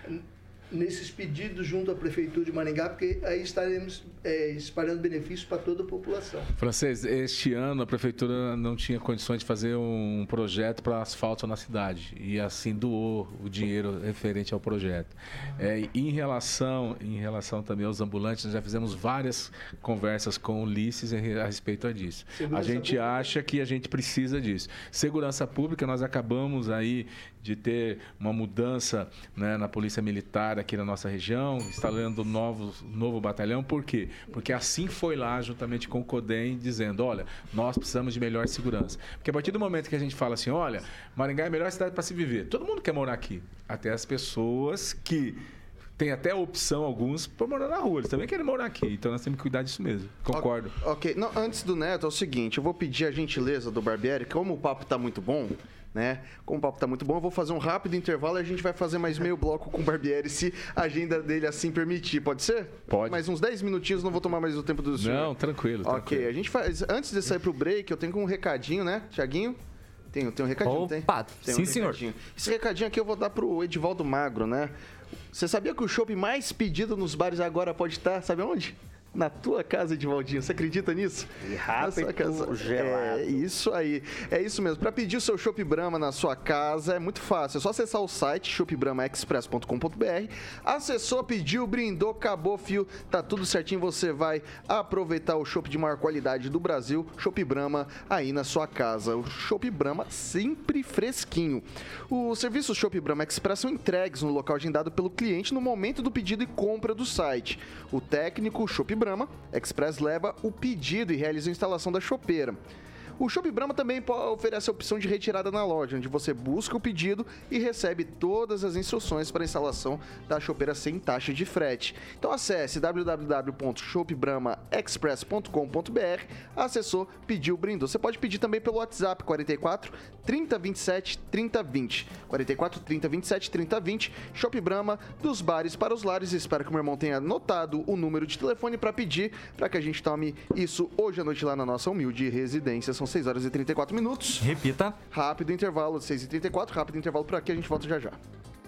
nesses pedidos junto à Prefeitura de Maringá, porque aí estaremos é, espalhando benefícios para toda a população. Francês, este ano a Prefeitura não tinha condições de fazer um projeto para asfalto na cidade e assim doou o dinheiro referente ao projeto. É, em, relação, em relação também aos ambulantes, nós já fizemos várias conversas com o Ulisses a respeito disso. Segurança a gente pública. Acha que a gente precisa disso. Segurança Pública, nós acabamos aí de ter uma mudança, né, na Polícia Militar aqui na nossa região, instalando novo, novo batalhão. Por quê? Porque assim foi lá, juntamente com o CODEM, dizendo, olha, nós precisamos de melhor segurança. Porque a partir do momento que a gente fala assim, olha, Maringá é a melhor cidade para se viver, todo mundo quer morar aqui. Até as pessoas que têm até a opção, alguns, para morar na rua. Eles também querem morar aqui. Então nós temos que cuidar disso mesmo. Concordo. Ok. Não, antes do Neto, é o seguinte, eu vou pedir a gentileza do Barbieri, como o papo está muito bom, né? Como o papo tá muito bom, eu vou fazer um rápido intervalo e a gente vai fazer mais meio bloco com o Barbieri, se a agenda dele assim permitir. Pode ser? Pode. Mais uns dez minutinhos, não vou tomar mais o tempo do senhor. Não, tranquilo. Ok, tranquilo. a gente faz. Antes de sair pro break, eu tenho um recadinho, né, Thiaguinho? Tem, tem um recadinho, tem? Opa, tem sim, um senhor. Recadinho. Esse recadinho aqui eu vou dar pro Edivaldo Magro, né? Você sabia que o chopp mais pedido nos bares agora pode estar, sabe onde? Na tua casa, Edivaldinho. Você acredita nisso? E rápido, casa. gelado. É isso aí. É isso mesmo. Para pedir o seu Chopp Brahma na sua casa é muito fácil. É só acessar o site chopp brahma express ponto com ponto b r. Acessou, pediu, brindou, acabou, fio. Tá tudo certinho. Você vai aproveitar o chopp de maior qualidade do Brasil. Chopp Brahma aí na sua casa. O Chopp Brahma sempre fresquinho. Os serviços Chopp Brahma Express são entregues no local agendado pelo cliente no momento do pedido e compra do site. O técnico Chopp Brahma Express leva o pedido e realiza a instalação da chopeira. O Chopp Brahma também oferece a opção de retirada na loja, onde você busca o pedido e recebe todas as instruções para a instalação da chopeira sem taxa de frete. Então acesse w w w ponto chopp brahma express ponto com ponto b r, acessou, pediu, brindou. Você pode pedir também pelo WhatsApp quarenta e quatro, trinta, vinte e sete, trinta, vinte. quarenta e quatro, trinta, vinte e sete, trinta, vinte. Chopp Brahma, dos bares para os lares. Espero que o meu irmão tenha anotado o número de telefone para pedir, para que a gente tome isso hoje à noite lá na nossa humilde residência. São seis horas e trinta e quatro minutos. Repita. Rápido intervalo, seis e trinta e quatro. Rápido intervalo por aqui, a gente volta já já.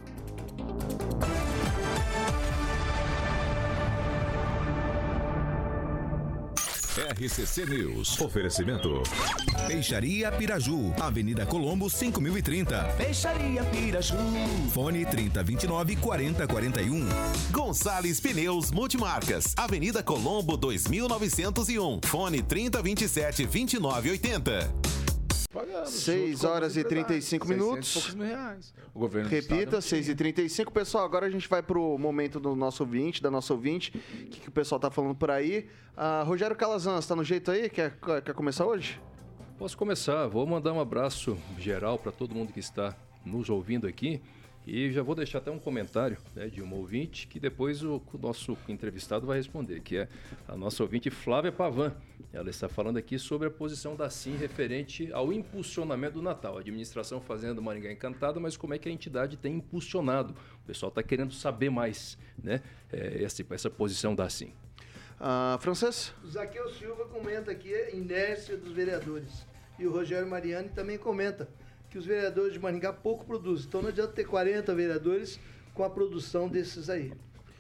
R C C News. Oferecimento. Peixaria Piraju. Avenida Colombo, cinco mil e trinta. Peixaria Piraju. Fone trinta, vinte e nove, quarenta, quarenta e um. Gonçalves Pneus Multimarcas. Avenida Colombo, dois mil novecentos e um. Fone trinta, vinte e sete, vinte e nove, oitenta. Pagamos. seis horas e trinta e cinco minutos. poucos mil reais. O governo Repita, seis e trinta e cinco. Pessoal, agora a gente vai pro momento do nosso ouvinte, da nossa ouvinte. O que, que o pessoal tá falando por aí? Uh, Rogério Calazans, está no jeito aí? Quer, quer começar hoje? Posso começar. Vou mandar um abraço geral para todo mundo que está nos ouvindo aqui. E já vou deixar até um comentário, né, de uma ouvinte que depois o, o nosso entrevistado vai responder, que é a nossa ouvinte Flávia Pavan. Ela está falando aqui sobre a posição da Sim referente ao impulsionamento do Natal. A administração fazendo Maringá Encantada, mas como é que a entidade tem impulsionado? O pessoal está querendo saber mais, né, é, essa, essa posição da Sim. Uh, Francês? O Zaqueu Silva comenta aqui a inércia dos vereadores. E o Rogério Mariani também comenta que os vereadores de Maringá pouco produzem. Então não adianta ter quarenta vereadores com a produção desses aí.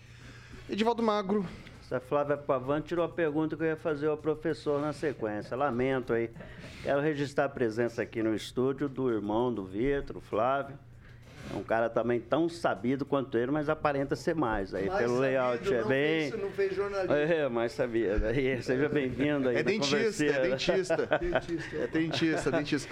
Edivaldo Magro. Essa Flávia Pavan tirou a pergunta que eu ia fazer ao professor na sequência. Lamento aí. Quero registrar a presença aqui no estúdio do irmão do Vitor, Flávio. É um cara também tão sabido quanto ele, mas aparenta ser mais. Aí, mais pelo sabido, layout é não bem. Fez, não fez jornalismo. É, mais sabido. Aí, seja bem-vindo aí. É dentista, é dentista. dentista. É dentista, dentista.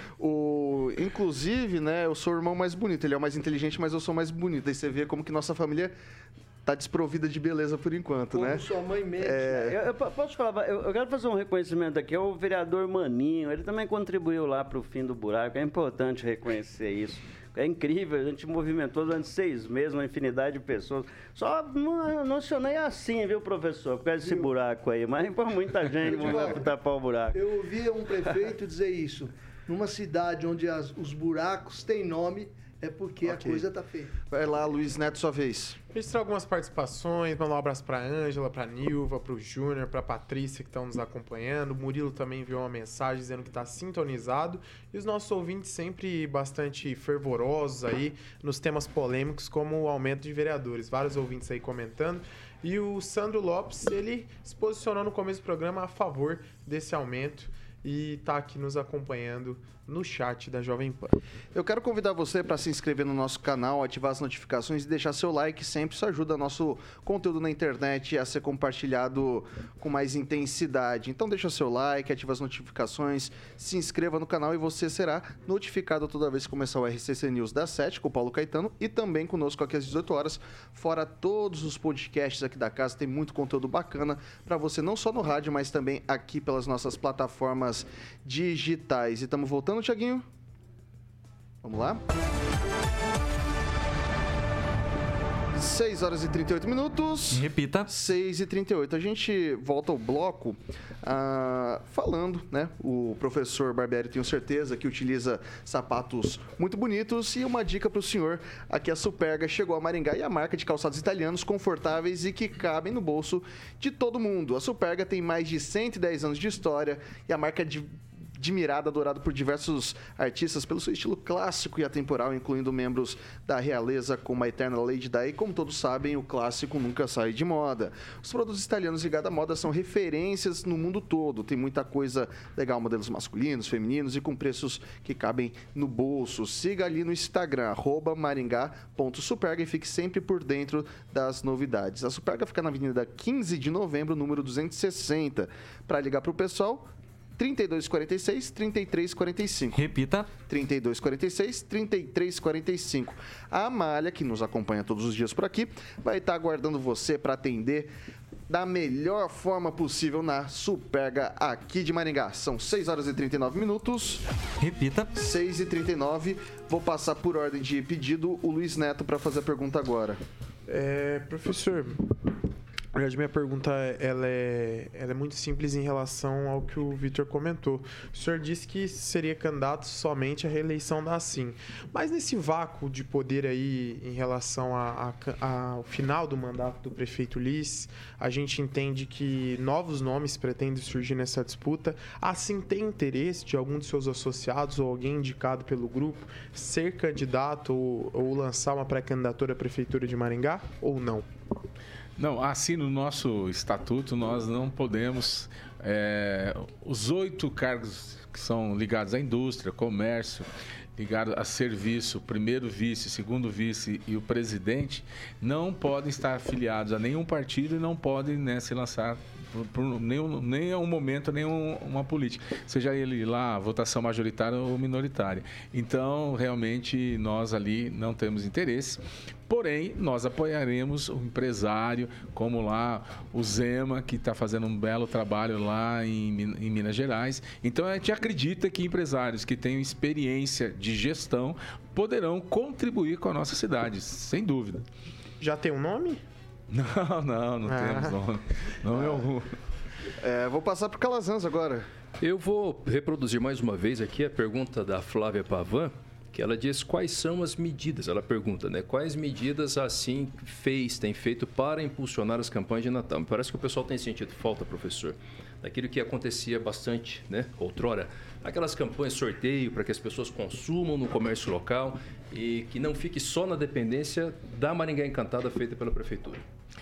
O, inclusive, né, eu sou o irmão mais bonito. Ele é o mais inteligente, mas eu sou mais bonito. Aí você vê como que nossa família tá desprovida de beleza por enquanto, como né? Sua mãe mesmo. É... Eu, eu posso falar, eu, eu quero fazer um reconhecimento aqui ao vereador Maninho. Ele também contribuiu lá para o fim do buraco. É importante reconhecer isso. É incrível, a gente movimentou durante seis meses uma infinidade de pessoas. Só não, não acionei assim, viu, professor? Por causa desse eu... buraco aí. Mas para muita gente não vai tapar o buraco. Eu ouvi um prefeito dizer isso. Numa cidade onde as, os buracos têm nome, é porque okay. a coisa tá feia. Vai lá, Luiz Neto, sua vez. Registrar algumas participações, mandar um abraço pra Ângela, pra Nilva, pro Júnior, pra Patrícia que estão nos acompanhando. O Murilo também enviou uma mensagem dizendo que tá sintonizado. E os nossos ouvintes sempre bastante fervorosos aí nos temas polêmicos, como o aumento de vereadores. Vários ouvintes aí comentando. E o Sandro Lopes, ele se posicionou no começo do programa a favor desse aumento e tá aqui nos acompanhando no chat da Jovem Pan. Eu quero convidar você para se inscrever no nosso canal, ativar as notificações e deixar seu like sempre. Isso ajuda nosso conteúdo na internet a ser compartilhado com mais intensidade. Então deixa seu like, ativa as notificações, se inscreva no canal e você será notificado toda vez que começar o R C C News das sete com o Paulo Caetano e também conosco aqui às dezoito horas, fora todos os podcasts aqui da casa. Tem muito conteúdo bacana para você, não só no rádio, mas também aqui pelas nossas plataformas digitais. E estamos voltando, Thiaguinho? Vamos lá? seis horas e trinta e oito minutos. Repita. seis e trinta e oito. A gente volta ao bloco ah, falando, né? O professor Barbieri, tenho certeza, que utiliza sapatos muito bonitos. E uma dica para o senhor: aqui a Superga chegou a Maringá e a marca de calçados italianos confortáveis e que cabem no bolso de todo mundo. A Superga tem mais de cento e dez anos de história e a marca de admirada, adorada por diversos artistas pelo seu estilo clássico e atemporal, incluindo membros da realeza como a eterna Lady Di. E como todos sabem, o clássico nunca sai de moda. Os produtos italianos ligados à moda são referências no mundo todo. Tem muita coisa legal, modelos masculinos, femininos e com preços que cabem no bolso. Siga ali no Instagram, arroba maringá ponto superga, e fique sempre por dentro das novidades. A Superga fica na Avenida quinze de novembro, número duzentos e sessenta. Para ligar para o pessoal, trinta e dois quarenta e seis, trinta e três quarenta e cinco. Repita. trinta e dois quarenta e seis, trinta e três quarenta e cinco. A Amália, que nos acompanha todos os dias por aqui, vai estar aguardando você para atender da melhor forma possível na Superga aqui de Maringá. São seis horas e trinta e nove minutos. Repita. seis e trinta e nove. Vou passar por ordem de pedido o Luiz Neto para fazer a pergunta agora. É, professor... Na verdade, minha pergunta ela é, ela é muito simples em relação ao que o Vitor comentou. O senhor disse que seria candidato somente à reeleição da Assim. Mas nesse vácuo de poder aí em relação a, a, ao final do mandato do prefeito Liz, a gente entende que novos nomes pretendem surgir nessa disputa. A Assim tem interesse de algum de seus associados ou alguém indicado pelo grupo ser candidato ou, ou lançar uma pré-candidatura à prefeitura de Maringá ou não? Não, assim no nosso estatuto nós não podemos, é, os oito cargos que são ligados à indústria, comércio, ligados a serviço, primeiro vice, segundo vice e o presidente, não podem estar afiliados a nenhum partido e não podem, né, se lançar por, por nenhum, nem é um momento, nem um, uma política. Seja ele lá, votação majoritária ou minoritária. Então, realmente, nós ali não temos interesse. Porém, nós apoiaremos o empresário, como lá o Zema, que está fazendo um belo trabalho lá em, em Minas Gerais. Então, a gente acredita que empresários que tenham experiência de gestão poderão contribuir com a nossa cidade, sem dúvida. Já tem um nome? Não, não, não ah. temos nome. Não é algum. É, vou passar para o Calazans agora. Eu vou reproduzir mais uma vez aqui a pergunta da Flávia Pavan, que ela diz quais são as medidas, ela pergunta, né? Quais medidas assim fez, tem feito para impulsionar as campanhas de Natal? Me parece que o pessoal tem sentido falta, professor, daquilo que acontecia bastante, né? Outrora, aquelas campanhas sorteio para que as pessoas consumam no comércio local e que não fique só na dependência da Maringá Encantada feita pela prefeitura.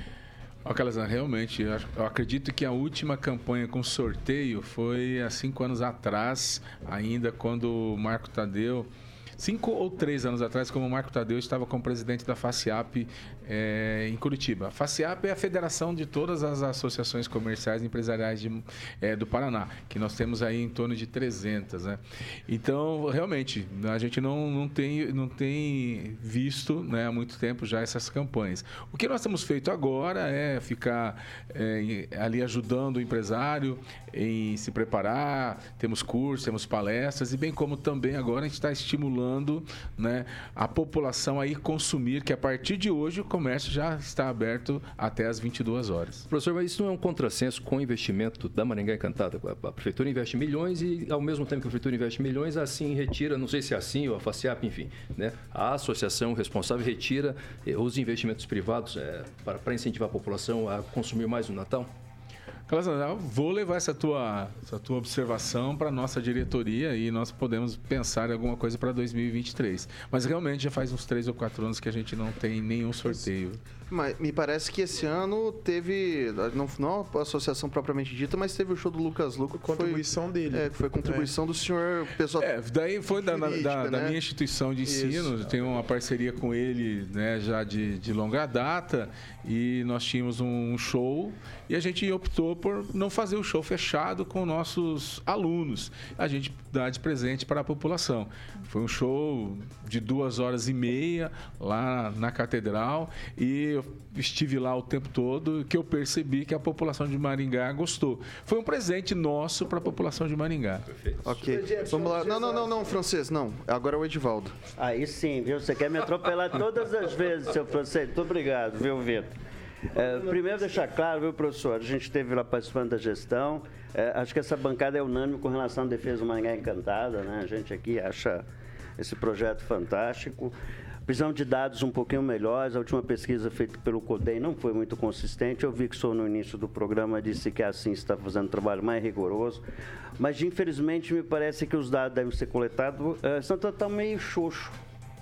Ó, Calazan, realmente, eu acredito que a última campanha com sorteio foi há cinco anos atrás, ainda quando o Marco Tadeu... Cinco ou três anos atrás, como o Marco Tadeu estava como presidente da FACIAP é, em Curitiba. A FACIAP é a federação de todas as associações comerciais e empresariais de, é, do Paraná, que nós temos aí em torno de trezentas, né? Então, realmente, a gente não, não, tem, não tem visto, né, há muito tempo já essas campanhas. O que nós temos feito agora é ficar é, ali ajudando o empresário em se preparar, temos cursos, temos palestras, e bem como também agora a gente está estimulando, né, a população a ir consumir, que a partir de hoje o comércio já está aberto até às vinte e duas horas. Professor, mas isso não é um contrassenso com o investimento da Maringá Encantada? A prefeitura investe milhões e, ao mesmo tempo que a prefeitura investe milhões, assim retira, não sei se é assim, ou a FACIAP, enfim, né, a associação responsável retira eh, os investimentos privados eh, para, para incentivar a população a consumir mais no Natal? Calazan, vou levar essa tua, essa tua observação para a nossa diretoria e nós podemos pensar em alguma coisa para dois mil e vinte e três. Mas realmente já faz uns três ou quatro anos que a gente não tem nenhum sorteio. Mas me parece que esse ano teve, não, não a associação propriamente dita, mas teve o show do Lucas Luco. Que contribuição foi, dele. É, que foi contribuição é. do senhor, pessoal. É, daí foi da, da, da, né? da minha instituição de ensino, Isso. tenho uma parceria com ele, né, já de, de longa data, e nós tínhamos um show e a gente optou por não fazer o show fechado com nossos alunos. A gente dá de presente para a população. Foi um show de duas horas e meia lá na Catedral e eu estive lá o tempo todo, que eu percebi que a população de Maringá gostou. Foi um presente nosso para a população de Maringá. Perfeito. Ok. Vamos lá. Não, não, não, não, francês, não. Agora é o Edivaldo. Aí sim, viu? Você quer me atropelar todas as vezes, seu francês. Muito obrigado, viu, Vitor? É, primeiro, deixar claro, viu, professor? A gente esteve lá participando da gestão. É, acho que essa bancada é unânime com relação à defesa do Maringá Encantada, né? A gente aqui acha esse projeto fantástico. Precisamos de dados um pouquinho melhores. A última pesquisa feita pelo CODEM não foi muito consistente. Eu vi que o senhor, no início do programa, disse que assim está fazendo um trabalho mais rigoroso. Mas, infelizmente, me parece que os dados devem ser coletados. É, Santa está meio xoxo.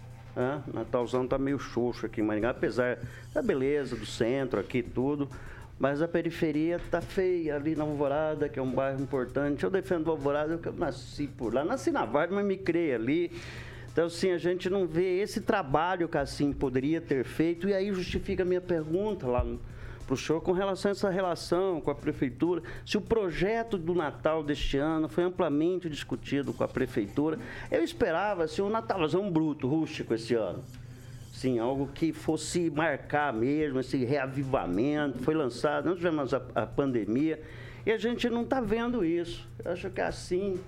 É, Natalzão está meio xoxo aqui em Maringá, apesar da beleza do centro aqui tudo, mas a periferia está feia ali na Alvorada, que é um bairro importante. Eu defendo a Alvorada porque eu nasci por lá, nasci na Varda, mas me criei ali. Então, assim, a gente não vê esse trabalho que assim poderia ter feito, e aí justifica a minha pergunta lá para o senhor com relação a essa relação com a prefeitura, se o projeto do Natal deste ano foi amplamente discutido com a prefeitura. Eu esperava assim, um Natalzão bruto, rústico esse ano. Sim, algo que fosse marcar mesmo esse reavivamento. Foi lançado, nós tivemos a, a pandemia, e a gente não está vendo isso. Eu acho que assim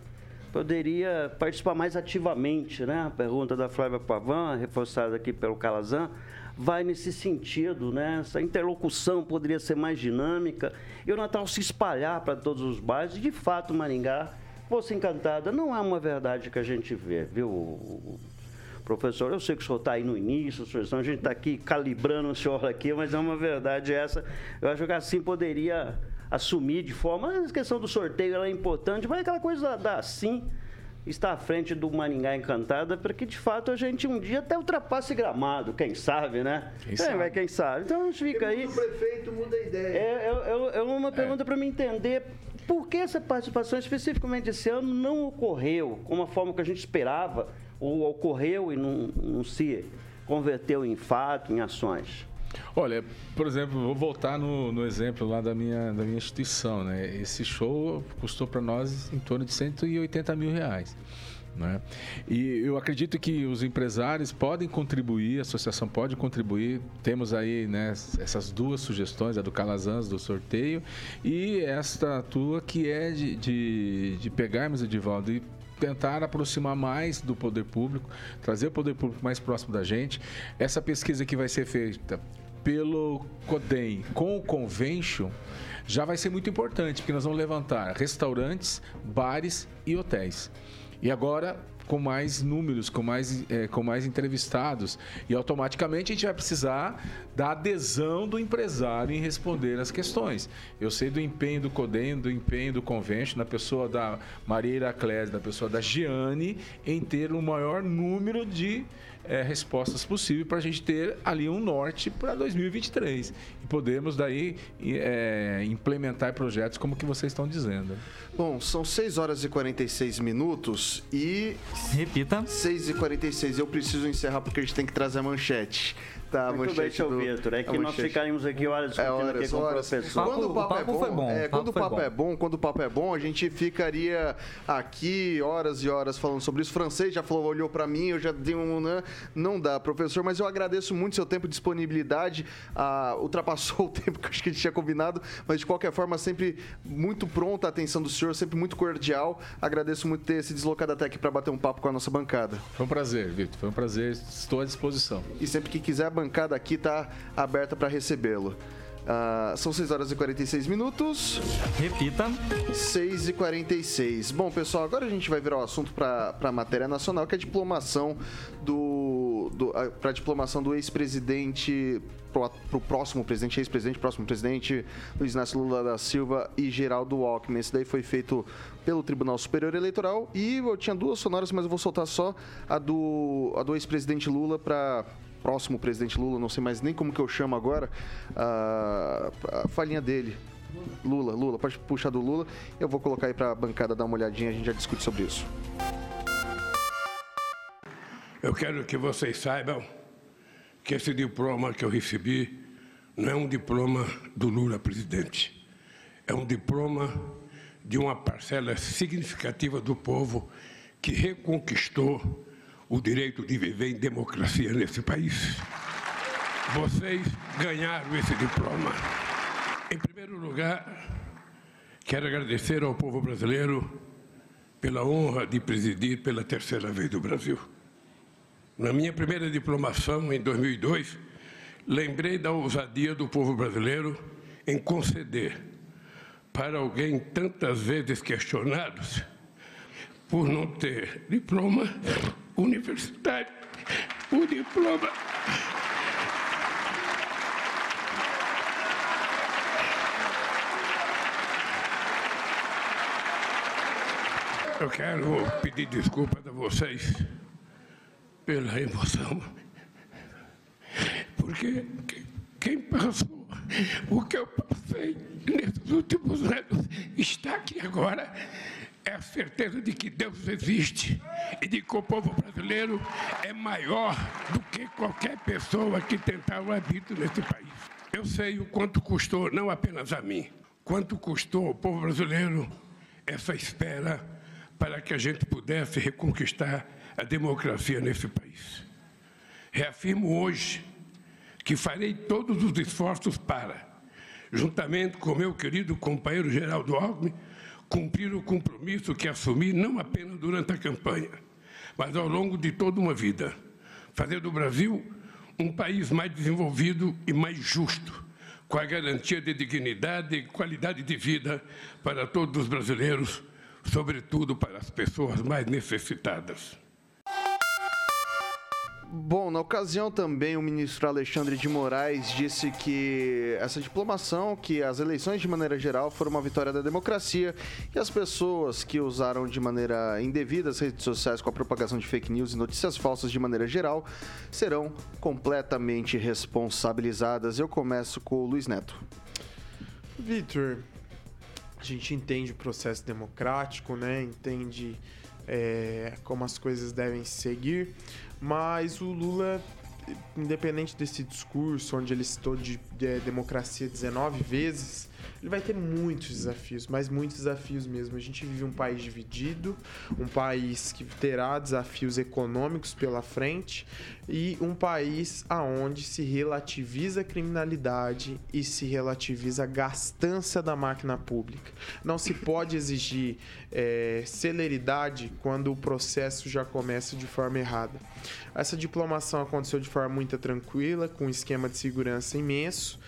poderia participar mais ativamente, né? A pergunta da Flávia Pavan, reforçada aqui pelo Calazan, vai nesse sentido, né? Essa interlocução poderia ser mais dinâmica e o Natal se espalhar para todos os bairros. E, de fato, Maringá fosse encantada. Não é uma verdade que a gente vê, viu, professor? Eu sei que o senhor está aí no início, a gente está aqui calibrando o senhor aqui, mas é uma verdade essa. Eu acho que assim poderia assumir de forma... A questão do sorteio ela é importante, mas aquela coisa da sim está à frente do Maringá Encantada para que, de fato, a gente um dia até ultrapasse Gramado, quem sabe, né? Quem sabe? É, vai, quem sabe. Então, a gente fica aí... O prefeito muda a ideia. É, é, é uma pergunta é. para me entender por que essa participação, especificamente esse ano, não ocorreu como a forma que a gente esperava, ou ocorreu e não, não se converteu em fato, em ações. Olha, por exemplo, vou voltar no, no exemplo lá da minha, da minha instituição, né? Esse show custou para nós em torno de cento e oitenta mil reais. Né? E eu acredito que os empresários podem contribuir, a associação pode contribuir. Temos aí, né, essas duas sugestões, a do Calazans, do sorteio, e esta tua que é de, de, de pegarmos, Edivaldo, e tentar aproximar mais do poder público, trazer o poder público mais próximo da gente. Essa pesquisa que vai ser feita pelo CODEM com o Convention já vai ser muito importante, porque nós vamos levantar restaurantes, bares e hotéis. E agora, com mais números, com mais, é, com mais entrevistados, e automaticamente a gente vai precisar da adesão do empresário em responder as questões. Eu sei do empenho do CODEM, do empenho do Convention, na pessoa da Maria Iraclés, da pessoa da Giane, em ter o maior número de é, respostas possível para a gente ter ali um norte para dois mil e vinte e três. E podemos daí é, implementar projetos como que vocês estão dizendo. Bom, são seis horas e quarenta e seis minutos e... Repita. seis e quarenta e seis. Eu preciso encerrar porque a gente tem que trazer a manchete. Tá, Muito bem, seu do... Vitor. É que nós ficaríamos aqui horas discutindo é, horas, aqui com horas. o professor. Quando o papo, o papo é bom, foi bom. É, o quando o papo bom. é bom, quando o papo é bom, a gente ficaria aqui horas e horas falando sobre isso. O francês já falou, olhou para mim, eu já dei um... Né? Não dá, professor, mas eu agradeço muito seu tempo de disponibilidade. Ah, ultrapassou o tempo que acho que a gente tinha combinado, mas de qualquer forma, sempre muito pronta a atenção do senhor, sempre muito cordial. Agradeço muito ter se deslocado até aqui para bater um papo com a nossa bancada. Foi um prazer, Vitor. Foi um prazer. Estou à disposição. E sempre que quiser, a bancada aqui está aberta para recebê-lo. Uh, são seis horas e quarenta e seis minutos. Repita. seis e quarenta e seis. Bom, pessoal, agora a gente vai virar o assunto para a matéria nacional, que é a diplomação do, do, para a diplomação do ex-presidente, para o próximo presidente, ex-presidente, próximo presidente, Luiz Inácio Lula da Silva e Geraldo Alckmin. Esse daí foi feito pelo Tribunal Superior Eleitoral e eu tinha duas sonoras, mas eu vou soltar só a do, a do ex-presidente Lula para... próximo presidente Lula, não sei mais nem como que eu chamo agora, a, a falinha dele. Lula, Lula, pode puxar do Lula. Eu vou colocar aí para a bancada dar uma olhadinha, a gente já discute sobre isso. Eu quero que vocês saibam que esse diploma que eu recebi não é um diploma do Lula presidente. É um diploma de uma parcela significativa do povo que reconquistou o direito de viver em democracia nesse país. Vocês ganharam esse diploma. Em primeiro lugar, quero agradecer ao povo brasileiro pela honra de presidir pela terceira vez do Brasil. Na minha primeira diplomação, em dois mil e dois, lembrei da ousadia do povo brasileiro em conceder para alguém tantas vezes questionado por não ter diploma universitário, o diploma eu quero pedir desculpas a vocês pela emoção, porque quem passou o que eu passei nesses últimos anos está aqui agora. É a certeza de que Deus existe e de que o povo brasileiro é maior do que qualquer pessoa que tentar o hábito nesse país. Eu sei o quanto custou, não apenas a mim, quanto custou ao povo brasileiro essa espera para que a gente pudesse reconquistar a democracia nesse país. Reafirmo hoje que farei todos os esforços para, juntamente com meu querido companheiro Geraldo Alckmin, cumprir o compromisso que assumi não apenas durante a campanha, mas ao longo de toda uma vida, fazer do Brasil um país mais desenvolvido e mais justo, com a garantia de dignidade e qualidade de vida para todos os brasileiros, sobretudo para as pessoas mais necessitadas. Bom, na ocasião também o ministro Alexandre de Moraes disse que essa diplomação, que as eleições de maneira geral foram uma vitória da democracia e as pessoas que usaram de maneira indevida as redes sociais com a propagação de fake news e notícias falsas de maneira geral serão completamente responsabilizadas. Eu começo com o Luiz Neto. Vitor, a gente entende o processo democrático, né? Entende é, como as coisas devem seguir, mas o Lula independente desse discurso, onde ele citou de, de democracia dezenove vezes, ele vai ter muitos desafios, mas muitos desafios mesmo. A gente vive um país dividido, um país que terá desafios econômicos pela frente e um país aonde se relativiza a criminalidade e se relativiza a gastança da máquina pública. Não se pode exigir é, celeridade quando o processo já começa de forma errada. Essa diplomação aconteceu de forma muito tranquila, com um esquema de segurança imenso.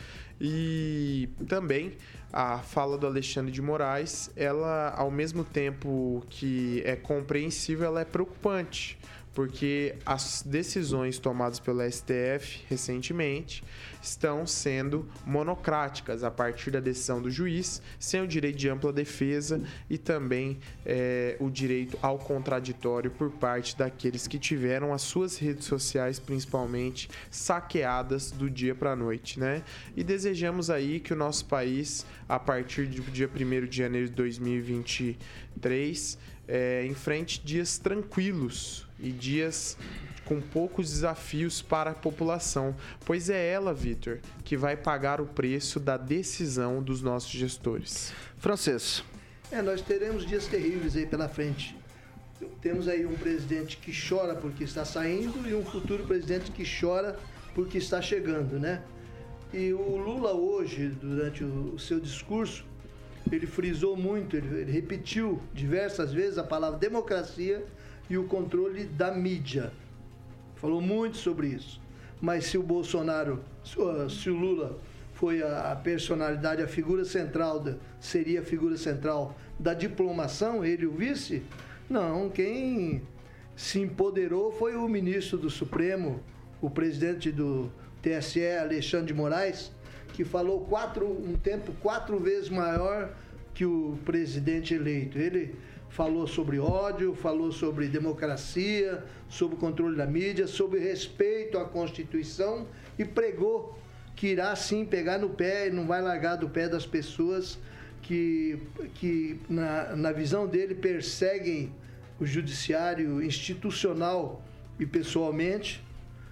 E também a fala do Alexandre de Moraes, ela, ao mesmo tempo que é compreensível, ela é preocupante, porque as decisões tomadas pelo S T F recentemente estão sendo monocráticas a partir da decisão do juiz, sem o direito de ampla defesa e também é, o direito ao contraditório por parte daqueles que tiveram as suas redes sociais, principalmente, saqueadas do dia para a noite, né? E desejamos aí que o nosso país, a partir do dia primeiro de janeiro de dois mil e vinte e três, é, enfrente dias tranquilos e dias com poucos desafios para a população, pois é ela, Vitor, que vai pagar o preço da decisão dos nossos gestores. Francês. É, nós teremos dias terríveis aí pela frente. Temos aí um presidente que chora porque está saindo e um futuro presidente que chora porque está chegando, né? E o Lula hoje, durante o seu discurso, ele frisou muito, ele, ele repetiu diversas vezes a palavra democracia e o controle da mídia. Falou muito sobre isso. Mas se o Bolsonaro, se o Lula foi a personalidade, a figura central, da, seria a figura central da diplomação, ele o vice? Não, quem se empoderou foi o ministro do Supremo, o presidente do T S E, Alexandre de Moraes, que falou quatro, um tempo quatro vezes maior que o presidente eleito. Ele falou sobre ódio, falou sobre democracia, sobre o controle da mídia, sobre respeito à Constituição e pregou que irá sim pegar no pé e não vai largar do pé das pessoas que, que na, na visão dele, perseguem o judiciário institucional e pessoalmente,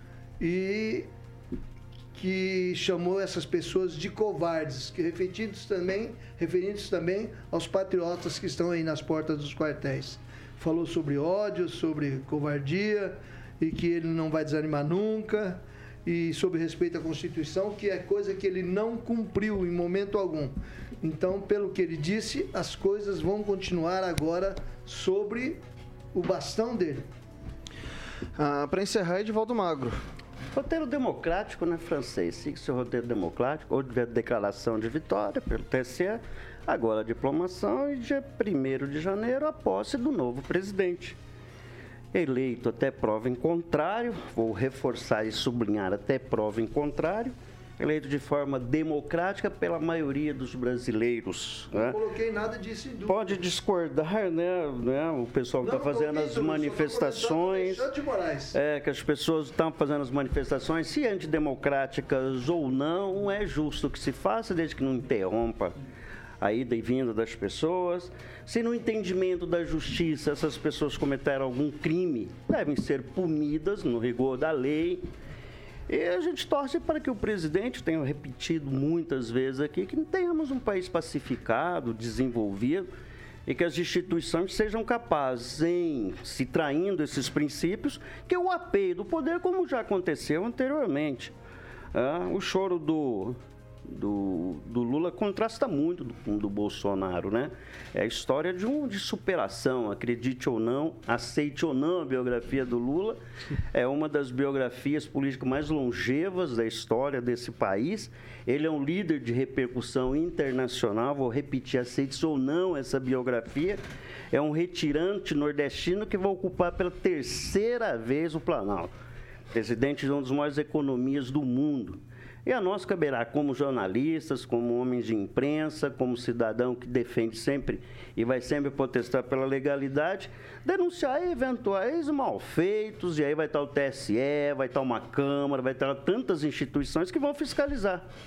e que chamou essas pessoas de covardes, que referindo-se também, referindo-se também aos patriotas que estão aí nas portas dos quartéis. Falou sobre ódio, sobre covardia, e que ele não vai desanimar nunca, e sobre respeito à Constituição, que é coisa que ele não cumpriu em momento algum. Então, pelo que ele disse, as coisas vão continuar agora sobre o bastão dele. Ah, para encerrar, Edivaldo Magro. Roteiro democrático, né, francês? Siga-se o roteiro democrático, ou de declaração de vitória pelo T S E, agora a diplomação, e dia primeiro de janeiro a posse do novo presidente. Eleito até prova em contrário, vou reforçar e sublinhar até prova em contrário, eleito de forma democrática pela maioria dos brasileiros. Não né? coloquei nada disso em dúvida. Pode discordar, né? né? O pessoal que está fazendo as manifestações. É, que as pessoas estão fazendo as manifestações, se antidemocráticas ou não, é justo que se faça, desde que não interrompa a ida e vinda das pessoas. Se no entendimento da justiça essas pessoas cometeram algum crime, devem ser punidas no rigor da lei. E a gente torce para que o presidente, tenha repetido muitas vezes aqui, que tenhamos um país pacificado, desenvolvido, e que as instituições sejam capazes, em se traindo esses princípios, que o apeio do poder, como já aconteceu anteriormente. Ah, o choro do, do, do Lula contrasta muito com o do Bolsonaro, né? É a história de, um, de superação, acredite ou não, aceite ou não a biografia do Lula, é uma das biografias políticas mais longevas da história desse país. Ele é um líder de repercussão internacional, vou repetir, aceite ou não essa biografia, é um retirante nordestino que vai ocupar pela terceira vez o Planalto, presidente de uma das maiores economias do mundo. E a nós caberá, como jornalistas, como homens de imprensa, como cidadão que defende sempre e vai sempre protestar pela legalidade, denunciar eventuais malfeitos, e aí vai estar o T S E, vai estar uma Câmara, vai estar tantas instituições que vão fiscalizar.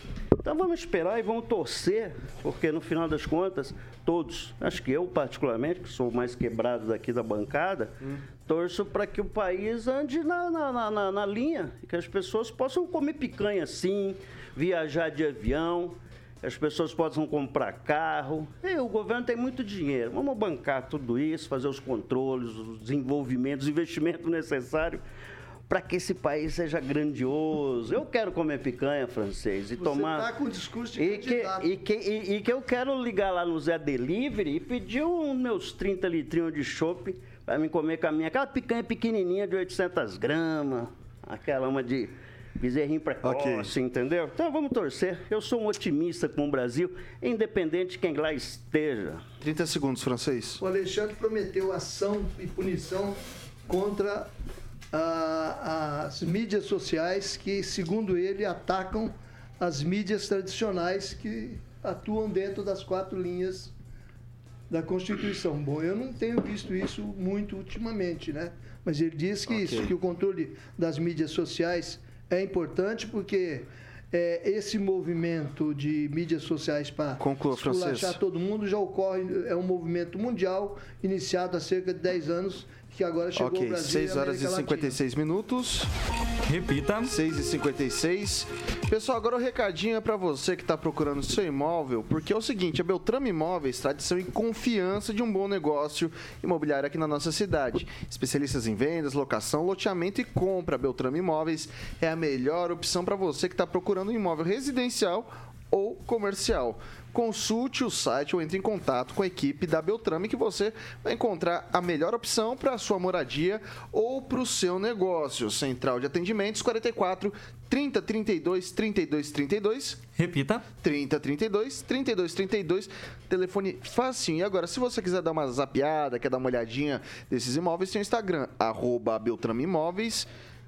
Então vamos esperar e vamos torcer, porque no final das contas, todos, acho que eu particularmente, que sou o mais quebrado daqui da bancada, hum. torço para que o país ande na, na, na, na linha, que as pessoas possam comer picanha sim, viajar de avião, que as pessoas possam comprar carro. E o governo tem muito dinheiro, vamos bancar tudo isso, fazer os controles, os desenvolvimentos, os investimentos necessários para que esse país seja grandioso. Eu quero comer picanha, francês, e Você tomar... Você tá com discurso de e que, e, que, e, e que eu quero ligar lá no Zé Delivery e pedir uns meus trinta litrinhos de chopp para me comer com a minha... Aquela picanha pequenininha de oitocentas gramas, aquela uma de bezerrinho precoce, okay. entendeu? Então vamos torcer. Eu sou um otimista com o Brasil, independente de quem lá esteja. trinta segundos, francês. O Alexandre prometeu ação e punição contra... as mídias sociais que, segundo ele, atacam as mídias tradicionais que atuam dentro das quatro linhas da Constituição. Bom, eu não tenho visto isso muito ultimamente, né? Mas ele diz que, okay. isso, que o controle das mídias sociais é importante porque é, esse movimento de mídias sociais para esculachar todo mundo já ocorre, é um movimento mundial iniciado há cerca de dez anos, que agora chegou okay, ao Brasil. seis horas e cinquenta e seis minutos. Repita. seis e cinquenta e seis. Pessoal, agora o recadinho é para você que está procurando seu imóvel, porque é o seguinte, a Beltrame Imóveis, tradição e confiança de um bom negócio imobiliário aqui na nossa cidade. Especialistas em vendas, locação, loteamento e compra. A Beltrame Imóveis é a melhor opção para você que está procurando um imóvel residencial ou comercial. Consulte o site ou entre em contato com a equipe da Beltrame que você vai encontrar a melhor opção para a sua moradia ou para o seu negócio. Central de atendimentos quarenta e quatro, trinta, trinta e dois, trinta e dois, trinta e dois. Repita. trinta, trinta e dois, trinta e dois, trinta e dois. Telefone facinho. E agora, se você quiser dar uma zapeada, quer dar uma olhadinha desses imóveis, tem o Instagram, arroba Beltrame Imóveis.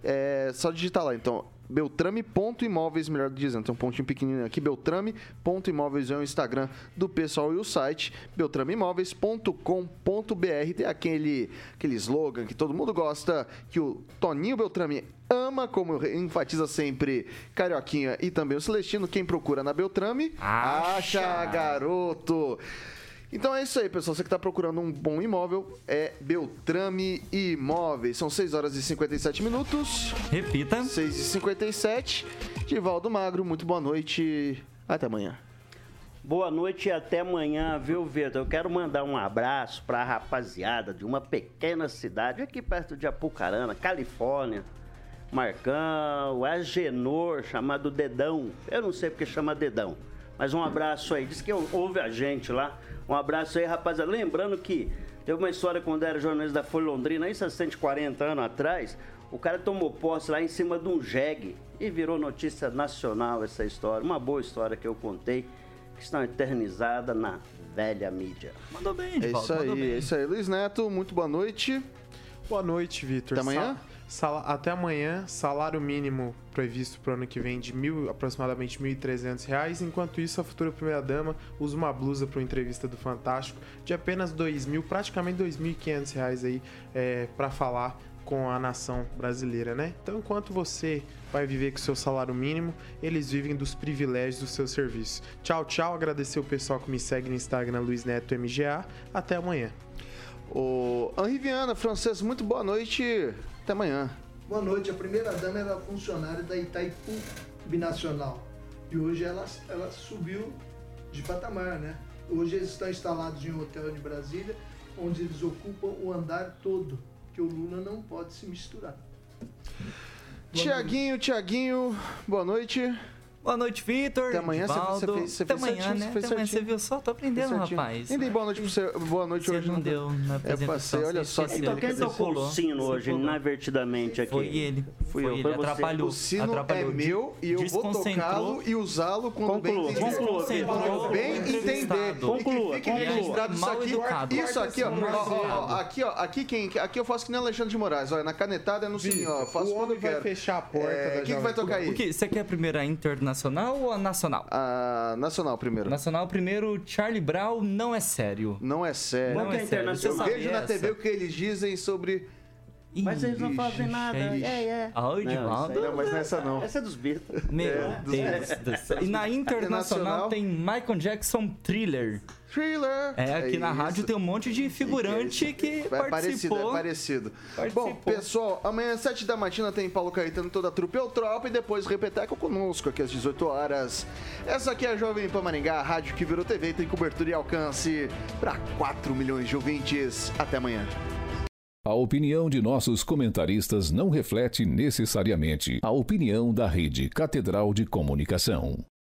É só digitar lá, então, beltrame.imóveis, melhor dizendo, tem um pontinho pequenininho aqui, beltrame.imóveis é o Instagram do pessoal e o site beltrame imóveis ponto com ponto b r. Tem aquele, aquele slogan que todo mundo gosta, que o Toninho Beltrame ama, como enfatiza sempre Carioquinha e também o Celestino. Quem procura na Beltrame, acha, acha garoto. Então é isso aí, pessoal. Você que está procurando um bom imóvel, é Beltrame Imóveis. São seis horas e cinquenta e sete minutos. Repita. seis e cinquenta e sete. Divaldo Magro, muito boa noite. Até amanhã. Boa noite e até amanhã, viu, Vitor? Eu quero mandar um abraço para a rapaziada de uma pequena cidade aqui perto de Apucarana, Califórnia. Marcão, Agenor, chamado Dedão. Eu não sei porque chama Dedão, mas um abraço aí. Diz que ouve a gente lá. Um abraço aí, rapaziada. Lembrando que teve uma história quando era jornalista da Folha Londrina, isso há cento e quarenta anos atrás, o cara tomou posse lá em cima de um jegue e virou notícia nacional essa história. Uma boa história que eu contei, que está eternizada na velha mídia. Mandou bem, É isso aí, bem. é isso aí. Luiz Neto, muito boa noite. Boa noite, Vitor. Até amanhã? Sal, até amanhã, salário mínimo previsto para o ano que vem de mil, aproximadamente mil e trezentos reais. Enquanto isso, a futura primeira-dama usa uma blusa para uma entrevista do Fantástico de apenas dois mil, praticamente dois mil e quinhentos reais aí é, para falar com a nação brasileira, né? Então, enquanto você vai viver com o seu salário mínimo, eles vivem dos privilégios do seu serviço. Tchau, tchau. Agradecer o pessoal que me segue no Instagram, Luiz Neto M G A. Até amanhã. O Henri Viana, francês, muito boa noite. Até amanhã. Boa noite. A primeira-dama era funcionária da Itaipu Binacional. E hoje ela, ela subiu de patamar, né? Hoje eles estão instalados em um hotel de Brasília, onde eles ocupam o andar todo, que o Lula não pode se misturar. Tiaguinho, Tiaguinho, boa noite. Boa noite, Vitor. Até amanhã, Divaldo. você fez, você Até fez amanhã, certinho, né? você fez Até amanhã, certinho. você viu só? Tô aprendendo, rapaz. Nem dei boa noite pra você. Boa noite você hoje. não deu na apresentação. Eu passei, olha só que Então quem tocou o sino hoje, inadvertidamente aqui? Foi ele. Fui Foi eu. ele, Foi atrapalhou. O sino atrapalhou. é meu e eu vou tocá-lo e usá-lo quando conclua, bem entender. conclua, Quando bem entender. Conclua, E que fique registrado isso mal aqui. educado. Isso aqui, ó. ó, ó, Aqui, ó. Aqui, quem, aqui eu faço que nem Alexandre de Moraes. Olha, na canetada é no sininho, ó. Eu faço o quando homem eu vai quero. fechar a porta É, da O que, que Jovem vai Pan. tocar aí? O que? Você quer a primeira internacional ou a nacional? A nacional primeiro. Nacional primeiro, Charlie Brown não é sério. Não é sério. Não é sério. internacional. Você Eu vejo sabe na T V essa? o que eles dizem sobre Mas eles não fazem nada. É, é. Ah, o Edivaldo. Não, mas nessa não. Essa é dos Beatles. Meu É, Deus do céu. E na internacional tem Michael Jackson Thriller. Thriller. É, aqui na isso. rádio tem um monte de figurante que É parecido, participou. é parecido. Participou. Bom, pessoal, amanhã às sete da matina tem Paulo Caetano, toda a trupe Eutropa e depois Repeteco conosco aqui às dezoito horas. Essa aqui é a Jovem Pan Maringá, a rádio que virou T V e tem cobertura e alcance para quatro milhões de ouvintes. Até amanhã. A opinião de nossos comentaristas não reflete necessariamente a opinião da Rede Catedral de Comunicação.